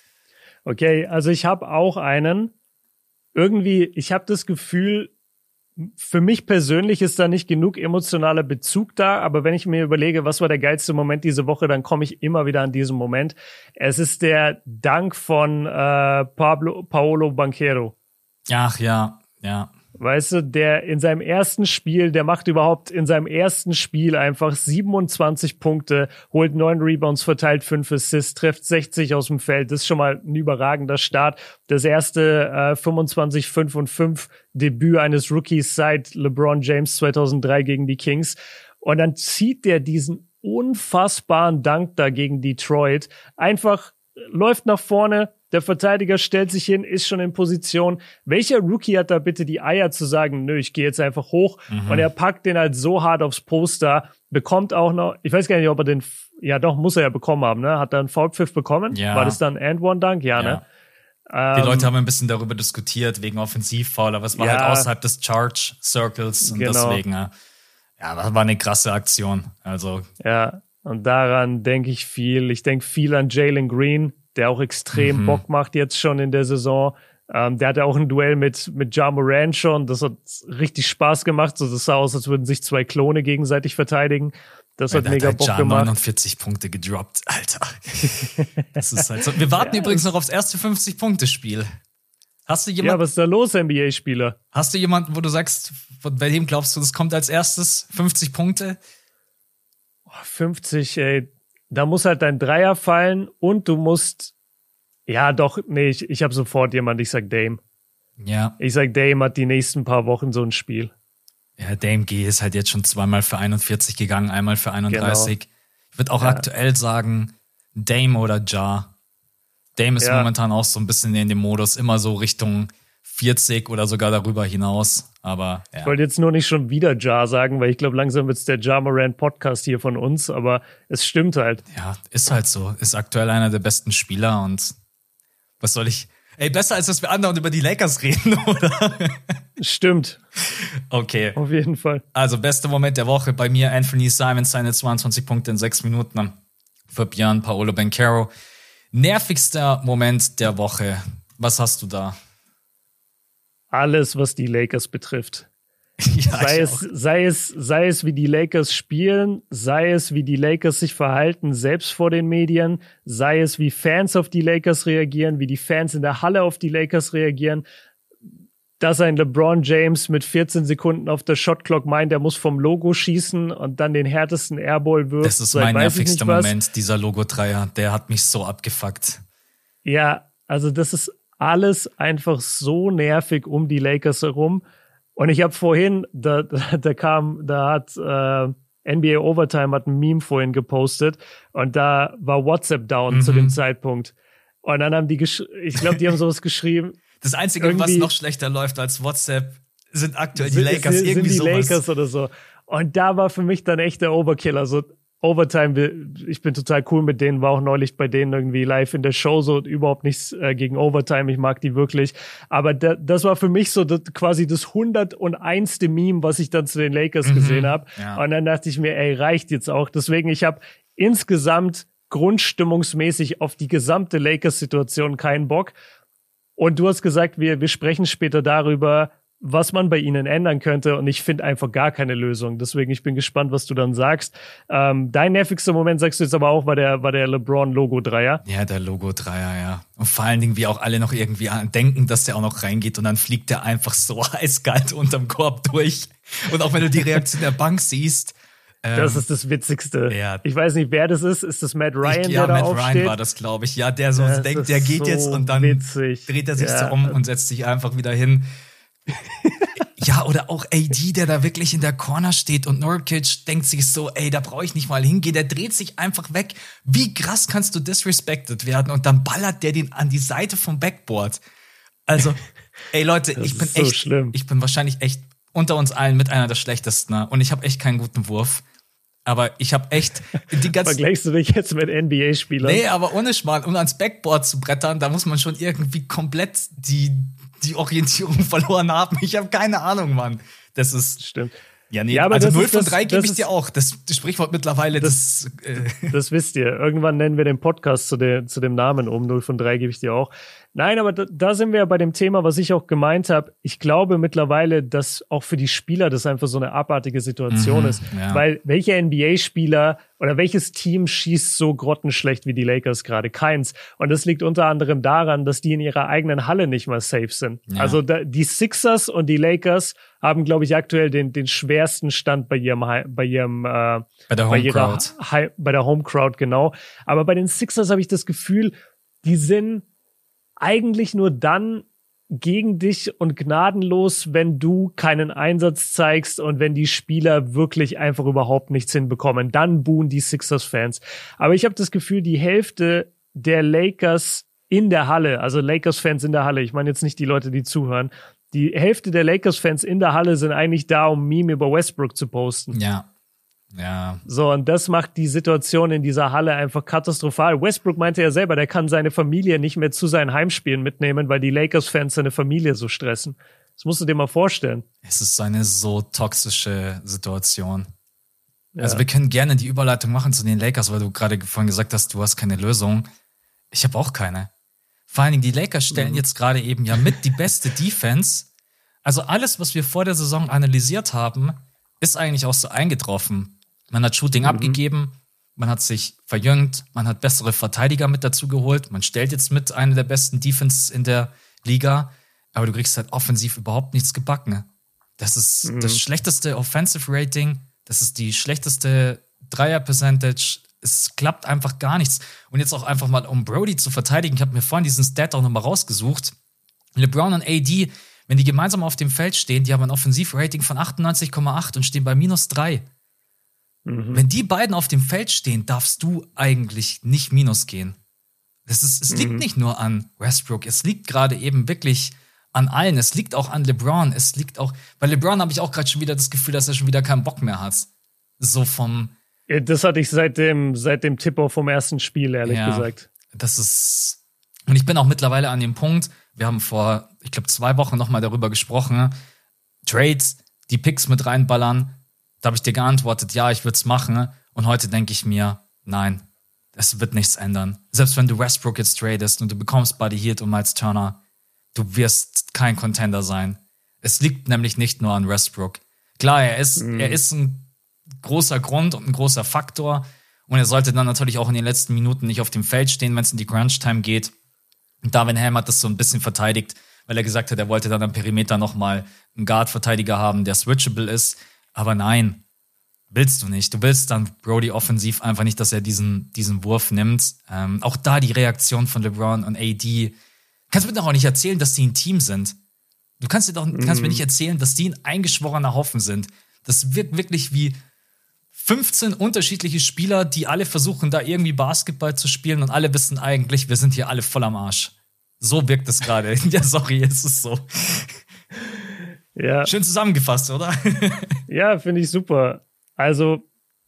Okay, also ich habe auch einen. Irgendwie, ich habe das Gefühl, für mich persönlich ist da nicht genug emotionaler Bezug da, aber wenn ich mir überlege, was war der geilste Moment diese Woche, dann komme ich immer wieder an diesen Moment. Es ist der Dank von Paolo Banchero. Ach ja. Weißt du, der in seinem ersten Spiel, der macht überhaupt in seinem ersten Spiel einfach 27 Punkte, holt 9 Rebounds, verteilt 5 Assists, trifft 60 aus dem Feld. Das ist schon mal ein überragender Start. Das erste 25-5-5 Debüt eines Rookies seit LeBron James 2003 gegen die Kings. Und dann zieht der diesen unfassbaren Dank da gegen Detroit. Einfach läuft nach vorne. Der Verteidiger stellt sich hin, ist schon in Position. Welcher Rookie hat da bitte die Eier zu sagen, nö, ich gehe jetzt einfach hoch? Und er packt den halt so hart aufs Poster, bekommt auch noch, ich weiß gar nicht, ob er den, ja doch, muss er ja bekommen haben, ne? Hat er einen Foulpfiff bekommen? Ja. War das dann And-One-Dunk? Ja, ne? Die Leute haben ein bisschen darüber diskutiert, wegen Offensivfoul, aber es war halt außerhalb des Charge Circles und deswegen, das war eine krasse Aktion. Also. Ja, und daran denke ich viel. Ich denke viel an Jalen Green, der auch extrem Bock macht jetzt schon in der Saison. Der hatte auch ein Duell mit Ja Morant schon. Das hat richtig Spaß gemacht. So, das sah aus, als würden sich 2 Klone gegenseitig verteidigen. Das hat mega Bock gemacht. 49 Punkte gedroppt, Alter. Das ist halt so. Wir warten übrigens noch aufs erste 50-Punkte-Spiel. Hast du jemanden? Ja, was ist da los, NBA-Spieler? Hast du jemanden, wo du sagst, bei dem glaubst du, das kommt als erstes 50 Punkte? 50, ey, da muss halt dein Dreier fallen und du musst, ja doch, nee, ich habe sofort jemanden, ich sag Dame. Ja. Ich sag, Dame hat die nächsten paar Wochen so ein Spiel. Ja, Dame G ist halt jetzt schon zweimal für 41 gegangen, einmal für 31. Genau. Ich würde auch aktuell sagen, Dame oder Ja. Dame ist momentan auch so ein bisschen in dem Modus, immer so Richtung 40 oder sogar darüber hinaus. Aber Ich wollte jetzt nur nicht schon wieder Ja sagen, weil ich glaube, langsam wird es der Ja Morant Podcast hier von uns, aber es stimmt halt. Ja, ist halt so. Ist aktuell einer der besten Spieler und was soll ich... Ey, besser als dass wir andauernd über die Lakers reden, oder? Stimmt. Okay. Auf jeden Fall. Also, bester Moment der Woche bei mir, Anthony Simons, seine 22 Punkte in 6 Minuten. Für Björn, Paolo Banchero. Nervigster Moment der Woche. Was hast du da? Alles, was die Lakers betrifft. Ja, sei es, wie die Lakers spielen, sei es, wie die Lakers sich verhalten, selbst vor den Medien, sei es, wie Fans auf die Lakers reagieren, wie die Fans in der Halle auf die Lakers reagieren, dass ein LeBron James mit 14 Sekunden auf der Shotclock meint, er muss vom Logo schießen und dann den härtesten Airball wirft. Das ist mein nervigster Moment, dieser Logo-Dreier. Der hat mich so abgefuckt. Ja, also das ist alles einfach so nervig um die Lakers herum. Und ich habe vorhin, da hat NBA Overtime hat ein Meme vorhin gepostet und da war WhatsApp down zu dem Zeitpunkt. Und dann haben ich glaube, die haben sowas geschrieben. Das Einzige, was noch schlechter läuft als WhatsApp, sind aktuell die Lakers. Sind die sowas. Lakers oder so. Und da war für mich dann echt der Overkill. Also Overtime, ich bin total cool mit denen, war auch neulich bei denen irgendwie live in der Show, so überhaupt nichts gegen Overtime, ich mag die wirklich. Aber das war für mich so quasi das 101. Meme, was ich dann zu den Lakers gesehen habe. Ja. Und dann dachte ich mir, ey, reicht jetzt auch. Deswegen, ich habe insgesamt grundstimmungsmäßig auf die gesamte Lakers-Situation keinen Bock. Und du hast gesagt, wir sprechen später darüber, was man bei ihnen ändern könnte. Und ich finde einfach gar keine Lösung. Deswegen, ich bin gespannt, was du dann sagst. Dein nervigster Moment, sagst du jetzt aber auch, war der LeBron-Logo-Dreier. Ja, der Logo-Dreier, ja. Und vor allen Dingen, wie auch alle noch irgendwie denken, dass der auch noch reingeht. Und dann fliegt der einfach so eiskalt unterm Korb durch. Und auch wenn du die Reaktion der Bank siehst. Das ist das Witzigste. Ja. Ich weiß nicht, wer das ist. Ist das Matt Ryan, der da aufsteht? Ja, Matt Ryan war das, glaube ich. Ja, der so denkt, der geht so jetzt und dann dreht er sich so um und setzt sich einfach wieder hin. Ja, oder auch AD, der da wirklich in der Corner steht und Nurkic denkt sich so, ey, da brauche ich nicht mal hingehen. Der dreht sich einfach weg. Wie krass kannst du disrespected werden? Und dann ballert der den an die Seite vom Backboard. Also, ey Leute, ich bin echt, schlimm. Ich bin wahrscheinlich echt unter uns allen mit einer der schlechtesten. Ne? Und ich habe echt keinen guten Wurf. Aber ich habe echt die ganzen... Vergleichst du dich jetzt mit NBA-Spielern? Nee, aber ohne Schmarrn, um ans Backboard zu brettern, da muss man schon irgendwie komplett die Orientierung verloren haben. Ich habe keine Ahnung, Mann. Das ist... Stimmt. Ja, nee, ja, aber also 0 von 3 gebe ich dir auch. Das Sprichwort mittlerweile, das wisst ihr. Irgendwann nennen wir den Podcast zu dem Namen um. 0 von 3 gebe ich dir auch. Nein, aber da sind wir ja bei dem Thema, was ich auch gemeint habe. Ich glaube mittlerweile, dass auch für die Spieler das einfach so eine abartige Situation ist. Ja. Weil welcher NBA-Spieler oder welches Team schießt so grottenschlecht wie die Lakers gerade? Keins. Und das liegt unter anderem daran, dass die in ihrer eigenen Halle nicht mal safe sind. Ja. Also die Sixers und die Lakers haben, glaube ich, aktuell den schwersten Stand bei der Home Crowd, genau. Aber bei den Sixers habe ich das Gefühl, die sind eigentlich nur dann gegen dich und gnadenlos, wenn du keinen Einsatz zeigst und wenn die Spieler wirklich einfach überhaupt nichts hinbekommen. Dann buhen die Sixers-Fans. Aber ich habe das Gefühl, die Hälfte der Lakers in der Halle, also Lakers-Fans in der Halle, ich meine jetzt nicht die Leute, die zuhören, die Hälfte der Lakers-Fans in der Halle sind eigentlich da, um Meme über Westbrook zu posten. Ja. Ja. So, und das macht die Situation in dieser Halle einfach katastrophal. Westbrook meinte ja selber, der kann seine Familie nicht mehr zu seinen Heimspielen mitnehmen, weil die Lakers-Fans seine Familie so stressen. Das musst du dir mal vorstellen. Es ist eine so toxische Situation. Ja. Also wir können gerne die Überleitung machen zu den Lakers, weil du gerade vorhin gesagt hast, du hast keine Lösung. Ich habe auch keine. Vor allen Dingen, die Lakers stellen jetzt gerade eben ja mit die beste Defense. Also alles, was wir vor der Saison analysiert haben, ist eigentlich auch so eingetroffen. Man hat Shooting abgegeben, man hat sich verjüngt, man hat bessere Verteidiger mit dazu geholt, man stellt jetzt mit eine der besten Defenses in der Liga, aber du kriegst halt offensiv überhaupt nichts gebacken. Das ist das schlechteste Offensive Rating, das ist die schlechteste Dreier-Percentage, es klappt einfach gar nichts. Und jetzt auch einfach mal, um Brody zu verteidigen, ich habe mir vorhin diesen Stat auch nochmal rausgesucht. LeBron und AD, wenn die gemeinsam auf dem Feld stehen, die haben ein Offensivrating von 98,8 und stehen bei -3. Wenn die beiden auf dem Feld stehen, darfst du eigentlich nicht minus gehen. Es liegt nicht nur an Westbrook, es liegt gerade eben wirklich an allen. Es liegt auch an LeBron. Es liegt auch, bei LeBron habe ich auch gerade schon wieder das Gefühl, dass er schon wieder keinen Bock mehr hat. So vom. Das hatte ich seit dem Tip-Off vom ersten Spiel, ehrlich gesagt. Das ist. Und ich bin auch mittlerweile an dem Punkt, wir haben vor, ich glaube, 2 Wochen nochmal darüber gesprochen, Trades, die Picks mit reinballern. Da habe ich dir geantwortet, ja, ich würde es machen. Und heute denke ich mir, nein, es wird nichts ändern. Selbst wenn du Westbrook jetzt tradest und du bekommst Buddy Hield und Miles Turner, du wirst kein Contender sein. Es liegt nämlich nicht nur an Westbrook. Klar, er ist ein großer Grund und ein großer Faktor. Und er sollte dann natürlich auch in den letzten Minuten nicht auf dem Feld stehen, wenn es in die Crunch-Time geht. Und Darvin Ham hat das so ein bisschen verteidigt, weil er gesagt hat, er wollte dann am Perimeter nochmal einen Guard-Verteidiger haben, der switchable ist. Aber nein, willst du nicht. Du willst dann Brody offensiv einfach nicht, dass er diesen Wurf nimmt. Auch da die Reaktion von LeBron und AD. Kannst mir doch auch nicht erzählen, dass die ein Team sind. Du kannst mir nicht erzählen, dass die ein eingeschworener Haufen sind. Das wirkt wirklich wie 15 unterschiedliche Spieler, die alle versuchen, da irgendwie Basketball zu spielen und alle wissen eigentlich, wir sind hier alle voll am Arsch. So wirkt es gerade. Ja, sorry, es ist so. Ja. Schön zusammengefasst, oder? Ja, finde ich super. Also,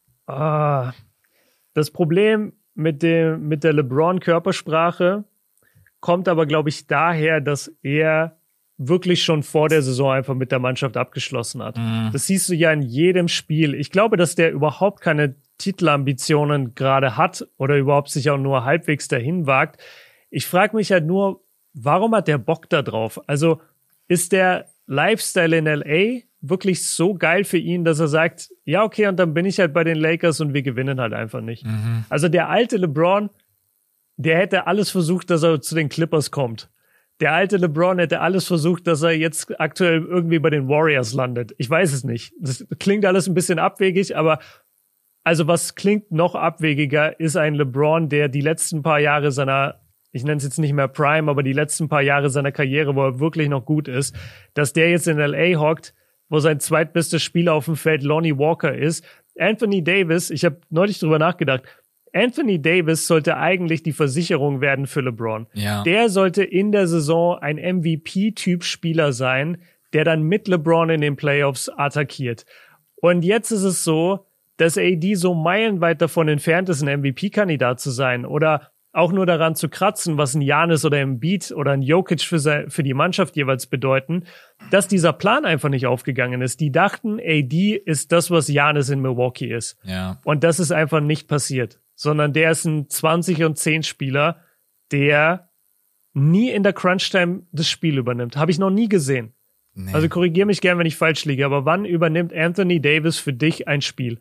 das Problem mit der LeBron-Körpersprache kommt aber, glaube ich, daher, dass er wirklich schon vor der Saison einfach mit der Mannschaft abgeschlossen hat. Das siehst du ja in jedem Spiel. Ich glaube, dass der überhaupt keine Titelambitionen gerade hat oder überhaupt sich auch nur halbwegs dahin wagt. Ich frage mich halt nur, warum hat der Bock da drauf? Also ist der Lifestyle in LA wirklich so geil für ihn, dass er sagt, ja, okay, und dann bin ich halt bei den Lakers und wir gewinnen halt einfach nicht. Also der alte LeBron, der hätte alles versucht, dass er zu den Clippers kommt. Der alte LeBron hätte alles versucht, dass er jetzt aktuell irgendwie bei den Warriors landet. Ich weiß es nicht. Das klingt alles ein bisschen abwegig, aber also was klingt noch abwegiger, ist ein LeBron, der die letzten paar Jahre seiner, ich nenne es jetzt nicht mehr Prime, aber die letzten paar Jahre seiner Karriere, wo er wirklich noch gut ist, dass der jetzt in LA hockt, wo sein zweitbester Spieler auf dem Feld Lonnie Walker ist. Anthony Davis, ich habe neulich drüber nachgedacht, Anthony Davis sollte eigentlich die Versicherung werden für LeBron. Ja. Der sollte in der Saison ein MVP-Typ-Spieler sein, der dann mit LeBron in den Playoffs attackiert. Und jetzt ist es so, dass AD so meilenweit davon entfernt ist, ein MVP-Kandidat zu sein oder auch nur daran zu kratzen, was ein Giannis oder ein Embiid oder ein Jokic für die Mannschaft jeweils bedeuten, dass dieser Plan einfach nicht aufgegangen ist. Die dachten, AD ist das, was Giannis in Milwaukee ist. Ja. Und das ist einfach nicht passiert. Sondern der ist ein 20-und-10 Spieler, der nie in der Crunch-Time das Spiel übernimmt. Habe ich noch nie gesehen. Nee. Also korrigiere mich gern, wenn ich falsch liege, aber wann übernimmt Anthony Davis für dich ein Spiel?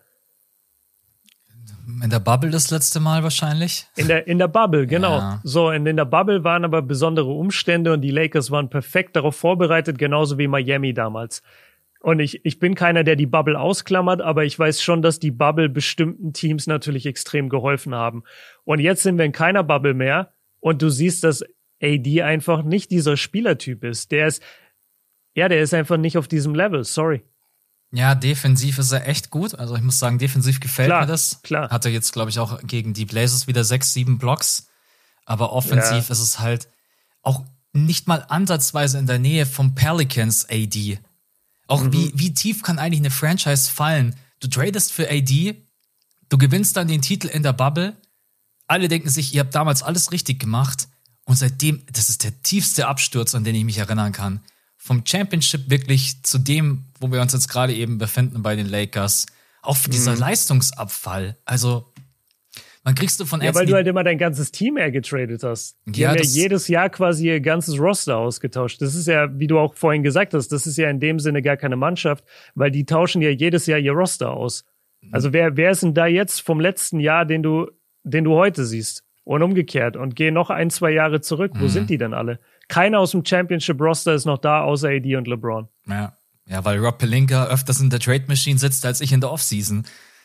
In der Bubble das letzte Mal wahrscheinlich. In der Bubble, genau. Ja. So, in der Bubble waren aber besondere Umstände und die Lakers waren perfekt darauf vorbereitet, genauso wie Miami damals. Und ich bin keiner, der die Bubble ausklammert, aber ich weiß schon, dass die Bubble bestimmten Teams natürlich extrem geholfen haben. Und jetzt sind wir in keiner Bubble mehr und du siehst, dass AD einfach nicht dieser Spielertyp ist. Der ist einfach nicht auf diesem Level, sorry. Ja, defensiv ist er echt gut. Also ich muss sagen, defensiv gefällt mir das. Klar. Hatte jetzt, glaube ich, auch gegen die Blazers wieder 6, 7 Blocks. Aber offensiv ist es halt auch nicht mal ansatzweise in der Nähe vom Pelicans AD. Auch wie tief kann eigentlich eine Franchise fallen? Du tradest für AD, du gewinnst dann den Titel in der Bubble. Alle denken sich, ihr habt damals alles richtig gemacht. Und seitdem, das ist der tiefste Absturz, an den ich mich erinnern kann. Vom Championship wirklich zu dem, wo wir uns jetzt gerade eben befinden bei den Lakers. Auch für dieser Leistungsabfall. Also, man kriegst du von Anthony. Ja, weil du halt immer dein ganzes Team getradet hast. Die haben ja jedes Jahr quasi ihr ganzes Roster ausgetauscht. Das ist ja, wie du auch vorhin gesagt hast, das ist ja in dem Sinne gar keine Mannschaft, weil die tauschen ja jedes Jahr ihr Roster aus. Also wer ist denn da jetzt vom letzten Jahr, den du heute siehst? Und umgekehrt. Und geh noch 1, 2 Jahre zurück. Wo sind die denn alle? Keiner aus dem Championship-Roster ist noch da, außer AD und LeBron. Ja, weil Rob Pelinka öfters in der Trade Machine sitzt, als ich in der Offseason.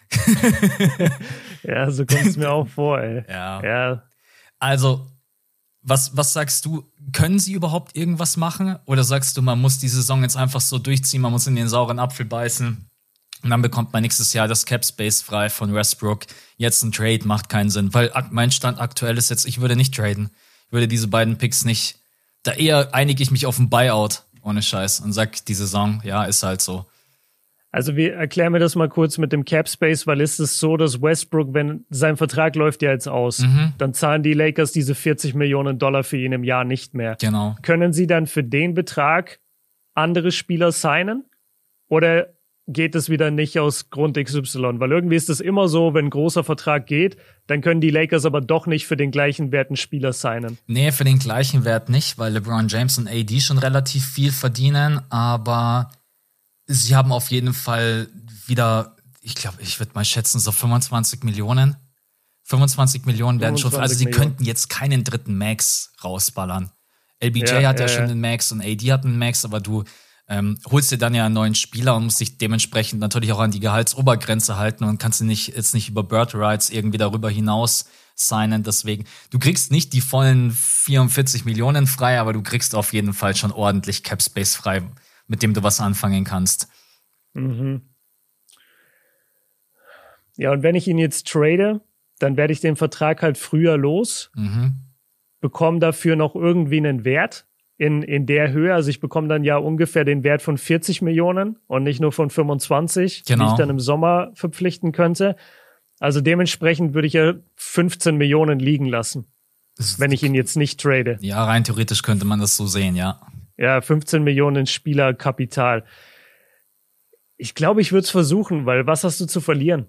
Ja, so kommt es mir auch vor, ey. Ja. Also, was sagst du? Können sie überhaupt irgendwas machen? Oder sagst du, man muss die Saison jetzt einfach so durchziehen, man muss in den sauren Apfel beißen und dann bekommt man nächstes Jahr das Cap Space frei von Westbrook. Jetzt ein Trade macht keinen Sinn, weil mein Stand aktuell ist jetzt, ich würde nicht traden. Ich würde diese beiden Picks nicht, da eher einige ich mich auf ein Buyout, ohne Scheiß, und sag, die Saison, ja, ist halt so. Also erklär mir das mal kurz mit dem Cap Space, weil ist es so, dass Westbrook, wenn sein Vertrag läuft ja jetzt aus, dann zahlen die Lakers diese $40 Millionen für ihn im Jahr nicht mehr. Genau. Können sie dann für den Betrag andere Spieler signen? Oder geht es wieder nicht aus Grund XY? Weil irgendwie ist es immer so, wenn ein großer Vertrag geht, dann können die Lakers aber doch nicht für den gleichen Wert einen Spieler signen. Nee, für den gleichen Wert nicht, weil LeBron James und AD schon relativ viel verdienen, aber sie haben auf jeden Fall wieder, ich glaube, ich würde mal schätzen, so 25 Millionen. 25 Millionen werden schon, also sie könnten jetzt keinen dritten Max rausballern. LBJ hat ja schon einen Max und AD hat einen Max, aber du holst dir dann ja einen neuen Spieler und musst dich dementsprechend natürlich auch an die Gehaltsobergrenze halten und kannst jetzt nicht über Bird Rights irgendwie darüber hinaus signen. Deswegen, du kriegst nicht die vollen 44 Millionen frei, aber du kriegst auf jeden Fall schon ordentlich Cap Space frei, mit dem du was anfangen kannst. Mhm. Ja, und wenn ich ihn jetzt trade, dann werde ich den Vertrag halt früher los, bekomme dafür noch irgendwie einen Wert in der Höhe. Also ich bekomme dann ja ungefähr den Wert von 40 Millionen und nicht nur von 25, die ich dann im Sommer verpflichten könnte. Also dementsprechend würde ich ja 15 Millionen liegen lassen, wenn ich ihn jetzt nicht trade. Ja, rein theoretisch könnte man das so sehen, ja. Ja, 15 Millionen Spielerkapital. Ich glaube, ich würde es versuchen, weil was hast du zu verlieren?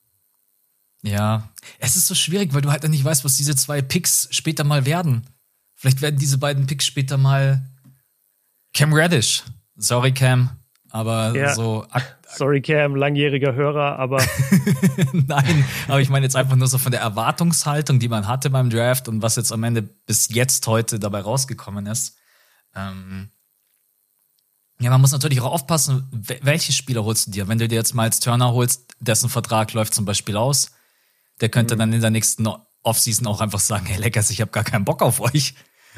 Ja, es ist so schwierig, weil du halt nicht weißt, was diese zwei Picks später mal werden. Vielleicht werden diese beiden Picks später mal Cam Reddish. Sorry, Cam, aber ja. so... Sorry, Cam, langjähriger Hörer, aber... Nein, aber ich meine jetzt einfach nur so von der Erwartungshaltung, die man hatte beim Draft und was jetzt am Ende bis jetzt heute dabei rausgekommen ist. Ja, man muss natürlich auch aufpassen, welche Spieler holst du dir? Wenn du dir jetzt Miles Turner holst, dessen Vertrag läuft zum Beispiel aus, der könnte dann in der nächsten Offseason auch einfach sagen, hey Lakers, ich habe gar keinen Bock auf euch.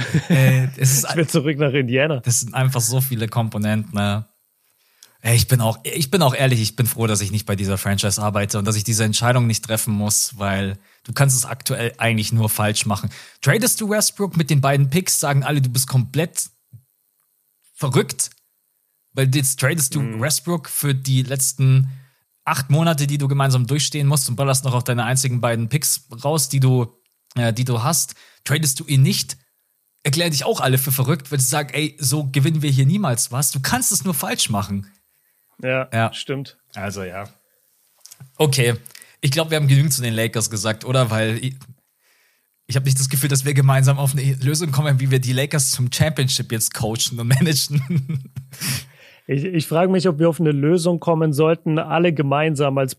Ich will zurück nach Indiana. Das sind einfach so viele Komponenten. Ne? Ich bin auch ehrlich, ich bin froh, dass ich nicht bei dieser Franchise arbeite und dass ich diese Entscheidung nicht treffen muss, weil du kannst es aktuell eigentlich nur falsch machen. Tradest du Westbrook mit den beiden Picks, sagen alle, du bist komplett verrückt, weil jetzt tradest du Westbrook für die letzten 8 Monate, die du gemeinsam durchstehen musst und ballerst noch auf deine einzigen beiden Picks raus, die du hast. Tradest du ihn nicht, erklären dich auch alle für verrückt, weil sie sagen, ey, so gewinnen wir hier niemals was. Du kannst es nur falsch machen. Ja, stimmt. Also ja. Okay, ich glaube, wir haben genügend zu den Lakers gesagt, oder? Weil ich habe nicht das Gefühl, dass wir gemeinsam auf eine Lösung kommen, wie wir die Lakers zum Championship jetzt coachen und managen. Ich frage mich, ob wir auf eine Lösung kommen sollten, alle gemeinsam als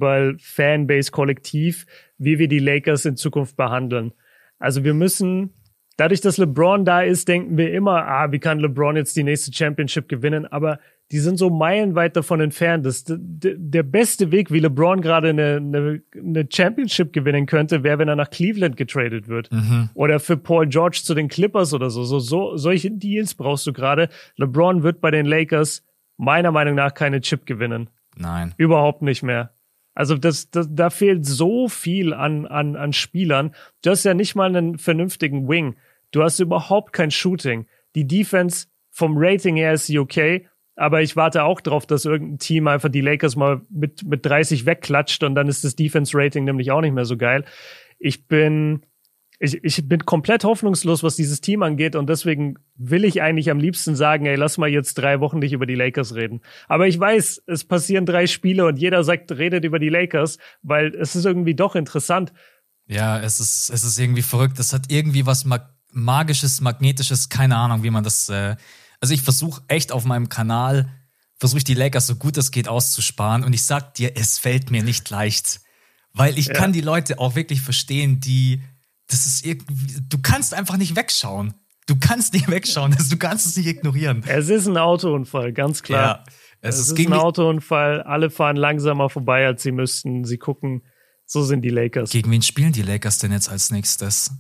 Basketball-Fanbase-Kollektiv, wie wir die Lakers in Zukunft behandeln. Also wir müssen, dadurch, dass LeBron da ist, denken wir immer, wie kann LeBron jetzt die nächste Championship gewinnen? Aber die sind so meilenweit davon entfernt. Der beste Weg, wie LeBron gerade eine Championship gewinnen könnte, wäre, wenn er nach Cleveland getradet wird. Oder für Paul George zu den Clippers oder so. Solche Deals brauchst du gerade. LeBron wird bei den Lakers meiner Meinung nach keine Chip gewinnen. Nein. Überhaupt nicht mehr. Also da fehlt so viel an Spielern. Du hast ja nicht mal einen vernünftigen Wing. Du hast überhaupt kein Shooting. Die Defense vom Rating her ist sie okay. Aber ich warte auch drauf, dass irgendein Team einfach die Lakers mal mit 30 wegklatscht und dann ist das Defense-Rating nämlich auch nicht mehr so geil. Ich bin komplett hoffnungslos, was dieses Team angeht und deswegen will ich eigentlich am liebsten sagen, ey, lass mal jetzt 3 Wochen nicht über die Lakers reden. Aber ich weiß, es passieren 3 Spiele und jeder redet über die Lakers, weil es ist irgendwie doch interessant. Ja, es ist irgendwie verrückt. Es hat irgendwie was Magisches, Magnetisches, keine Ahnung, wie man das... Also ich versuche echt auf meinem Kanal, die Lakers so gut es geht auszusparen und ich sag dir, es fällt mir nicht leicht, weil ich kann die Leute auch wirklich verstehen, das ist irgendwie, du kannst einfach nicht wegschauen. Du kannst nicht wegschauen, du kannst es nicht ignorieren. Es ist ein Autounfall, ganz klar. Es ist ein Autounfall, alle fahren langsamer vorbei, als sie müssten. Sie gucken, so sind die Lakers. Gegen wen spielen die Lakers denn jetzt als nächstes?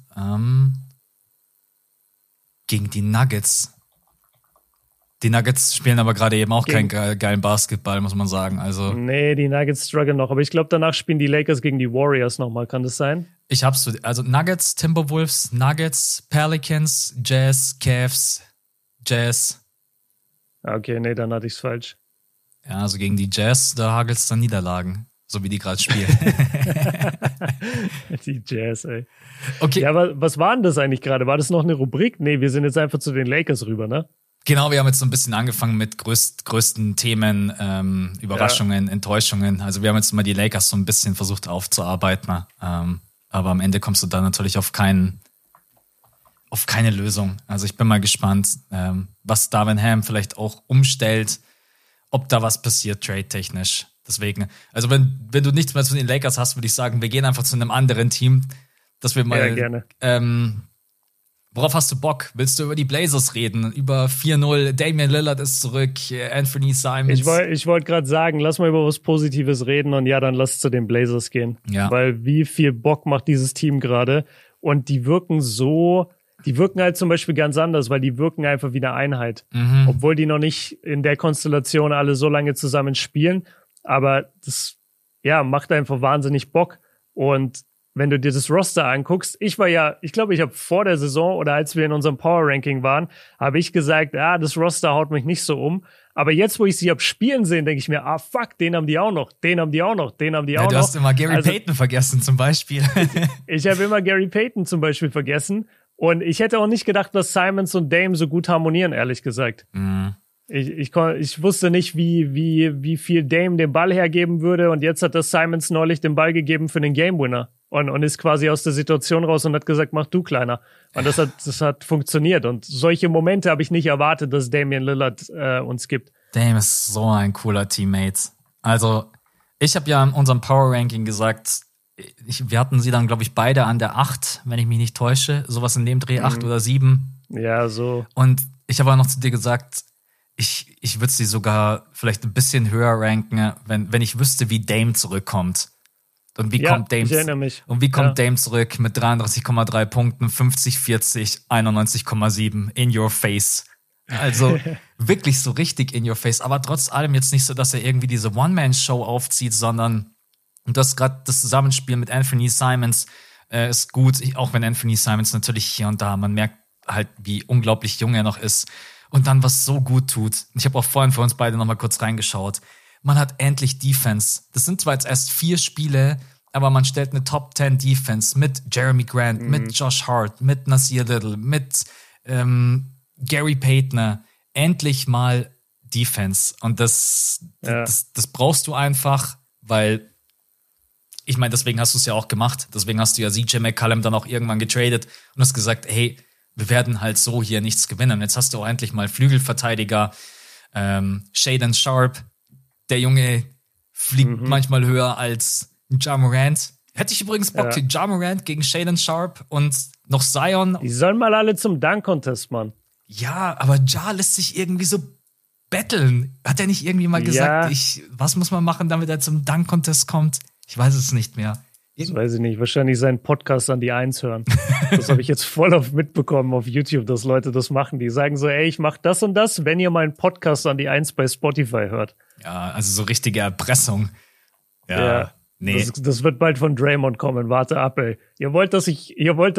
Gegen die Nuggets. Die Nuggets spielen aber gerade eben auch keinen geilen Basketball, muss man sagen. Also nee, die Nuggets strugglen noch. Aber ich glaube, danach spielen die Lakers gegen die Warriors nochmal. Kann das sein? Also Nuggets, Timberwolves, Nuggets, Pelicans, Jazz, Cavs, Jazz. Okay, nee, dann hatte ich's falsch. Ja, also gegen die Jazz, da hagelt's dann Niederlagen. So wie die gerade spielen. Die Jazz, ey. Okay. Ja, aber was war denn das eigentlich gerade? War das noch eine Rubrik? Nee, wir sind jetzt einfach zu den Lakers rüber, ne? Genau, wir haben jetzt so ein bisschen angefangen mit größten Themen, Überraschungen, Enttäuschungen. Also wir haben jetzt mal die Lakers so ein bisschen versucht aufzuarbeiten. Aber am Ende kommst du da natürlich auf keine Lösung. Also ich bin mal gespannt, was Darvin Ham vielleicht auch umstellt, ob da was passiert trade-technisch. Deswegen, also wenn du nichts mehr zu den Lakers hast, würde ich sagen, wir gehen einfach zu einem anderen Team, dass wir mal. Ja, gerne. Worauf hast du Bock? Willst du über die Blazers reden? Über 4-0, Damian Lillard ist zurück, Anthony Simons. Ich wollte gerade sagen, lass mal über was Positives reden und ja, dann lass zu den Blazers gehen. Ja. Weil wie viel Bock macht dieses Team gerade und die wirken halt zum Beispiel ganz anders, weil die wirken einfach wie eine Einheit. Mhm. Obwohl die noch nicht in der Konstellation alle so lange zusammen spielen. Aber das, ja, macht einfach wahnsinnig Bock. Und wenn du dir das Roster anguckst, ich glaube, ich habe vor der Saison oder als wir in unserem Power-Ranking waren, habe ich gesagt, das Roster haut mich nicht so um. Aber jetzt, wo ich sie hab spielen sehen, denke ich mir, fuck, den haben die auch noch, den haben die auch noch, den haben die auch noch. Du hast immer Gary Payton vergessen zum Beispiel. Ich habe immer Gary Payton zum Beispiel vergessen. Und ich hätte auch nicht gedacht, dass Simons und Dame so gut harmonieren, ehrlich gesagt. Mhm. Ich wusste nicht, wie viel Dame den Ball hergeben würde. Und jetzt hat das Simons neulich den Ball gegeben für den Game Winner. Und ist quasi aus der Situation raus und hat gesagt, mach du, Kleiner. Und das hat funktioniert. Und solche Momente habe ich nicht erwartet, dass Damian Lillard uns gibt. Dame ist so ein cooler Teammate. Also, ich habe ja in unserem Power-Ranking gesagt, wir hatten sie dann, glaube ich, beide an der 8, wenn ich mich nicht täusche. Sowas in dem Dreh, 8 oder 7. Ja, so. Und ich habe auch noch zu dir gesagt, ich würde sie sogar vielleicht ein bisschen höher ranken, wenn ich wüsste, wie Dame zurückkommt. Und wie kommt Dame? Ich erinnere mich. Und wie kommt Dame zurück mit 33,3 Punkten, 50-40, 91,7 in your face. Also wirklich so richtig in your face. Aber trotz allem jetzt nicht so, dass er irgendwie diese One-Man-Show aufzieht, sondern das gerade das Zusammenspiel mit Anthony Simons ist gut. Auch wenn Anthony Simons natürlich hier und da, man merkt halt, wie unglaublich jung er noch ist. Und dann was so gut tut. Ich habe auch vorhin für uns beide noch mal kurz reingeschaut. Man hat endlich Defense. Das sind zwar jetzt erst 4 Spiele, aber man stellt eine Top 10 Defense mit Jeremy Grant, mit Josh Hart, mit Nasir Little, mit Gary Payton. Endlich mal Defense. Und das brauchst du einfach, weil ich meine, deswegen hast du es ja auch gemacht. Deswegen hast du ja CJ McCollum dann auch irgendwann getradet und hast gesagt, hey, wir werden halt so hier nichts gewinnen. Und jetzt hast du auch endlich mal Flügelverteidiger, Shaedon Sharpe. Der Junge fliegt manchmal höher als Ja Morant. Hätte ich übrigens Bock, Ja Morant gegen Shaedon Sharpe und noch Zion. Die sollen mal alle zum Dunk-Contest, Mann. Ja, aber Ja lässt sich irgendwie so betteln. Hat er nicht irgendwie mal gesagt, was muss man machen, damit er zum Dunk-Contest kommt? Ich weiß es nicht mehr. Das weiß ich nicht. Wahrscheinlich seinen Podcast an die 1 hören. Das habe ich jetzt voll oft mitbekommen auf YouTube, dass Leute das machen. Die sagen so, ey, ich mach das und das, wenn ihr meinen Podcast an die 1 bei Spotify hört. Ja, also so richtige Erpressung. Ja. Nee. Das wird bald von Draymond kommen. Warte ab, ey. Ihr wollt, dass ich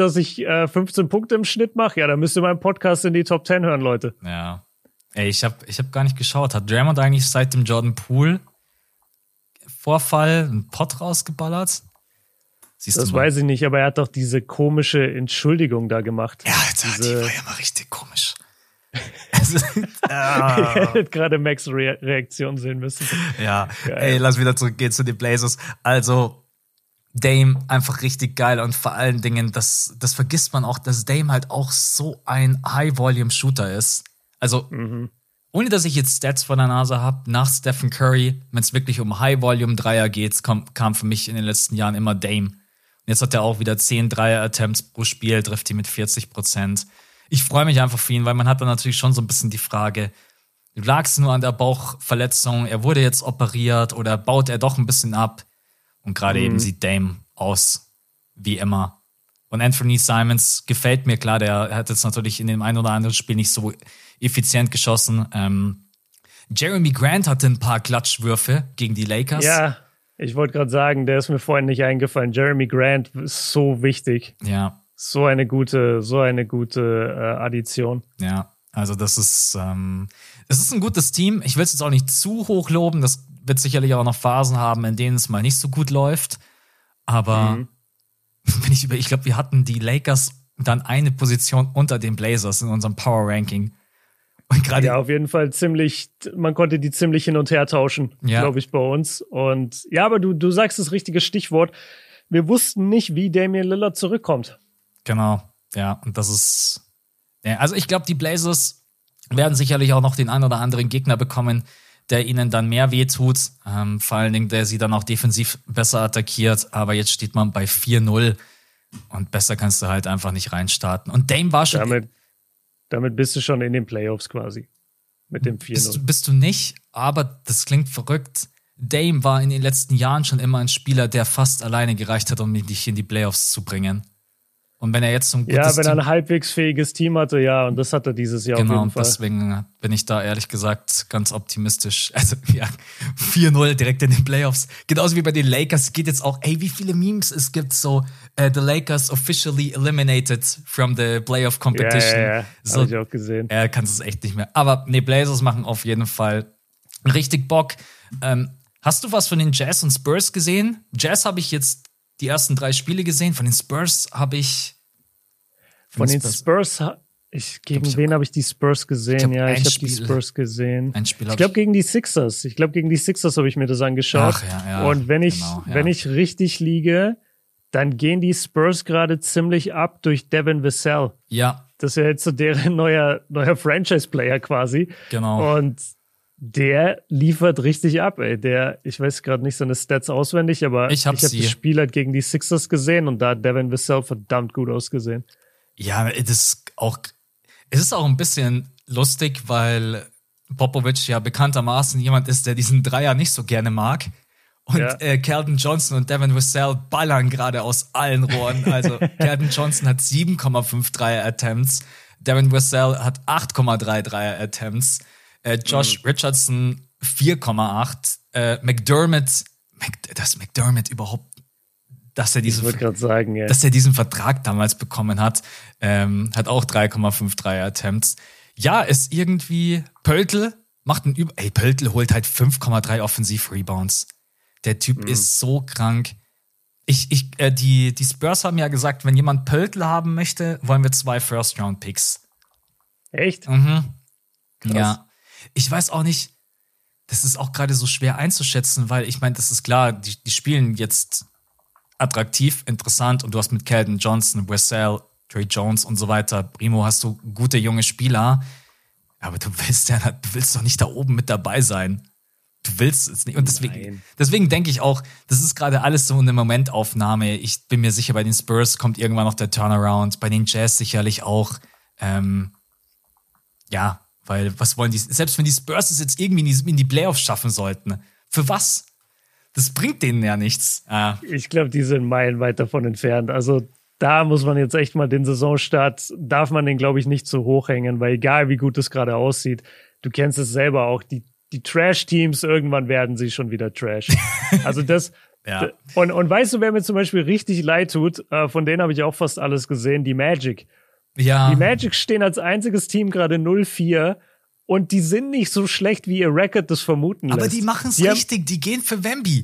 15 Punkte im Schnitt mache? Ja, dann müsst ihr meinen Podcast in die Top 10 hören, Leute. Ja. Ey, ich hab gar nicht geschaut. Hat Draymond eigentlich seit dem Jordan Poole Vorfall einen Pott rausgeballert? Das weiß ich nicht, aber er hat doch diese komische Entschuldigung da gemacht. Ja, die war ja mal richtig komisch. Ich hätte gerade Max Reaktion sehen müssen. Ja, ey, lass wieder zurückgehen zu den Blazers. Also, Dame einfach richtig geil und vor allen Dingen, das vergisst man auch, dass Dame halt auch so ein High-Volume-Shooter ist. Also, ohne dass ich jetzt Stats vor der Nase habe, nach Stephen Curry, wenn es wirklich um High-Volume-Dreier geht, kam für mich in den letzten Jahren immer Dame. Und jetzt hat er auch wieder 10 Dreier-Attempts pro Spiel, trifft die mit 40%. Ich freue mich einfach für ihn, weil man hat dann natürlich schon so ein bisschen die Frage, Du lagst nur an der Bauchverletzung, er wurde jetzt operiert oder baut er doch ein bisschen ab. Und gerade eben sieht Dame aus, wie immer. Und Anthony Simons gefällt mir, klar, der hat jetzt natürlich in dem einen oder anderen Spiel nicht so effizient geschossen. Jeremy Grant hatte ein paar Klatschwürfe gegen die Lakers. Ja, ich wollte gerade sagen, der ist mir vorhin nicht eingefallen. Jeremy Grant ist so wichtig. Ja. So eine gute Addition. Ja, also das ist, es ist ein gutes Team. Ich will es jetzt auch nicht zu hoch loben. Das wird sicherlich auch noch Phasen haben, in denen es mal nicht so gut läuft. Aber ich glaube, wir hatten die Lakers dann eine Position unter den Blazers in unserem Power Ranking. Und gerade ja, auf jeden Fall man konnte die ziemlich hin und her tauschen, glaube ich, bei uns. Und ja, aber du sagst das richtige Stichwort. Wir wussten nicht, wie Damian Lillard zurückkommt. Genau, ja, und das ist, ja, also ich glaube, die Blazers werden sicherlich auch noch den ein oder anderen Gegner bekommen, der ihnen dann mehr wehtut, vor allen Dingen, der sie dann auch defensiv besser attackiert, aber jetzt steht man bei 4-0 und besser kannst du halt einfach nicht reinstarten. Und Dame war schon... Damit bist du schon in den Playoffs quasi, mit dem 4-0. Bist du nicht, aber das klingt verrückt. Dame war in den letzten Jahren schon immer ein Spieler, der fast alleine gereicht hat, um dich in die Playoffs zu bringen. Und wenn er jetzt so ein gutes wenn er ein halbwegs fähiges Team hatte, ja, und das hat er dieses Jahr auf jeden Fall. Genau, deswegen bin ich da ehrlich gesagt ganz optimistisch. Also ja, 4-0 direkt in den Playoffs. Genauso wie bei den Lakers geht jetzt auch, wie viele Memes es gibt, so the Lakers officially eliminated from the Playoff Competition. Ja, so, hab ich auch gesehen. Kannst es echt nicht mehr. Aber nee, Blazers machen auf jeden Fall richtig Bock. Hast du was von den Jazz und Spurs gesehen? Jazz habe ich jetzt die ersten 3 Spiele gesehen. Von den Spurs habe ich... Gegen wen habe ich die Spurs gesehen? Ich habe die Spurs gesehen. Ich glaube gegen die Sixers. Habe ich mir das angeschaut. Ach, ja, und wenn ich richtig liege, dann gehen die Spurs gerade ziemlich ab durch Devin Vassell. Ja. Das ist ja jetzt so deren neuer Franchise-Player quasi. Genau. Und der liefert richtig ab, ey. Ich weiß gerade nicht seine Stats auswendig, aber ich habe das Spiel halt gegen die Sixers gesehen und da hat Devin Vassell verdammt gut ausgesehen. Ja, es ist auch ein bisschen lustig, weil Popovich ja bekanntermaßen jemand ist, der diesen Dreier nicht so gerne mag. Und Keldon Johnson und Devin Vassell ballern gerade aus allen Rohren. Also Keldon Johnson hat 7,5 Dreier-Attempts, Devin Vassell hat 8,3 Dreier-Attempts, Josh Richardson 4,8, McDermott überhaupt, dass er diesen Vertrag damals bekommen hat, hat auch 3,5 Dreier-Attempts. Ja, ist irgendwie, Pöltl holt halt 5,3 Offensiv-Rebounds. Der Typ ist so krank. Die Spurs haben ja gesagt, wenn jemand Pöltl haben möchte, wollen wir 2 First-Round-Picks. Echt? Mhm. Ja. Ich weiß auch nicht, das ist auch gerade so schwer einzuschätzen, weil ich meine, das ist klar, die spielen jetzt attraktiv, interessant und du hast mit Keldon Johnson, Vassell, Trey Jones und so weiter, Primo, hast du gute junge Spieler, aber du willst doch nicht da oben mit dabei sein. Du willst es nicht. Und deswegen denke ich auch, das ist gerade alles so eine Momentaufnahme. Ich bin mir sicher, bei den Spurs kommt irgendwann noch der Turnaround, bei den Jazz sicherlich auch. Weil was wollen die, selbst wenn die Spurs es jetzt irgendwie in die Playoffs schaffen sollten, für was? Das bringt denen ja nichts. Ich glaube, die sind meilenweit davon entfernt. Also da muss man jetzt echt mal den Saisonstart, darf man den, glaube ich, nicht zu hoch hängen, weil egal wie gut es gerade aussieht, du kennst es selber auch, die Trash-Teams, irgendwann werden sie schon wieder Trash. Also das, ja. Und weißt du, wer mir zum Beispiel richtig leid tut, von denen habe ich auch fast alles gesehen, die Magic. Ja. Die Magic stehen als einziges Team gerade 0-4 und die sind nicht so schlecht, wie ihr Record das vermuten lässt. Aber die machen es richtig, die gehen für Wemby.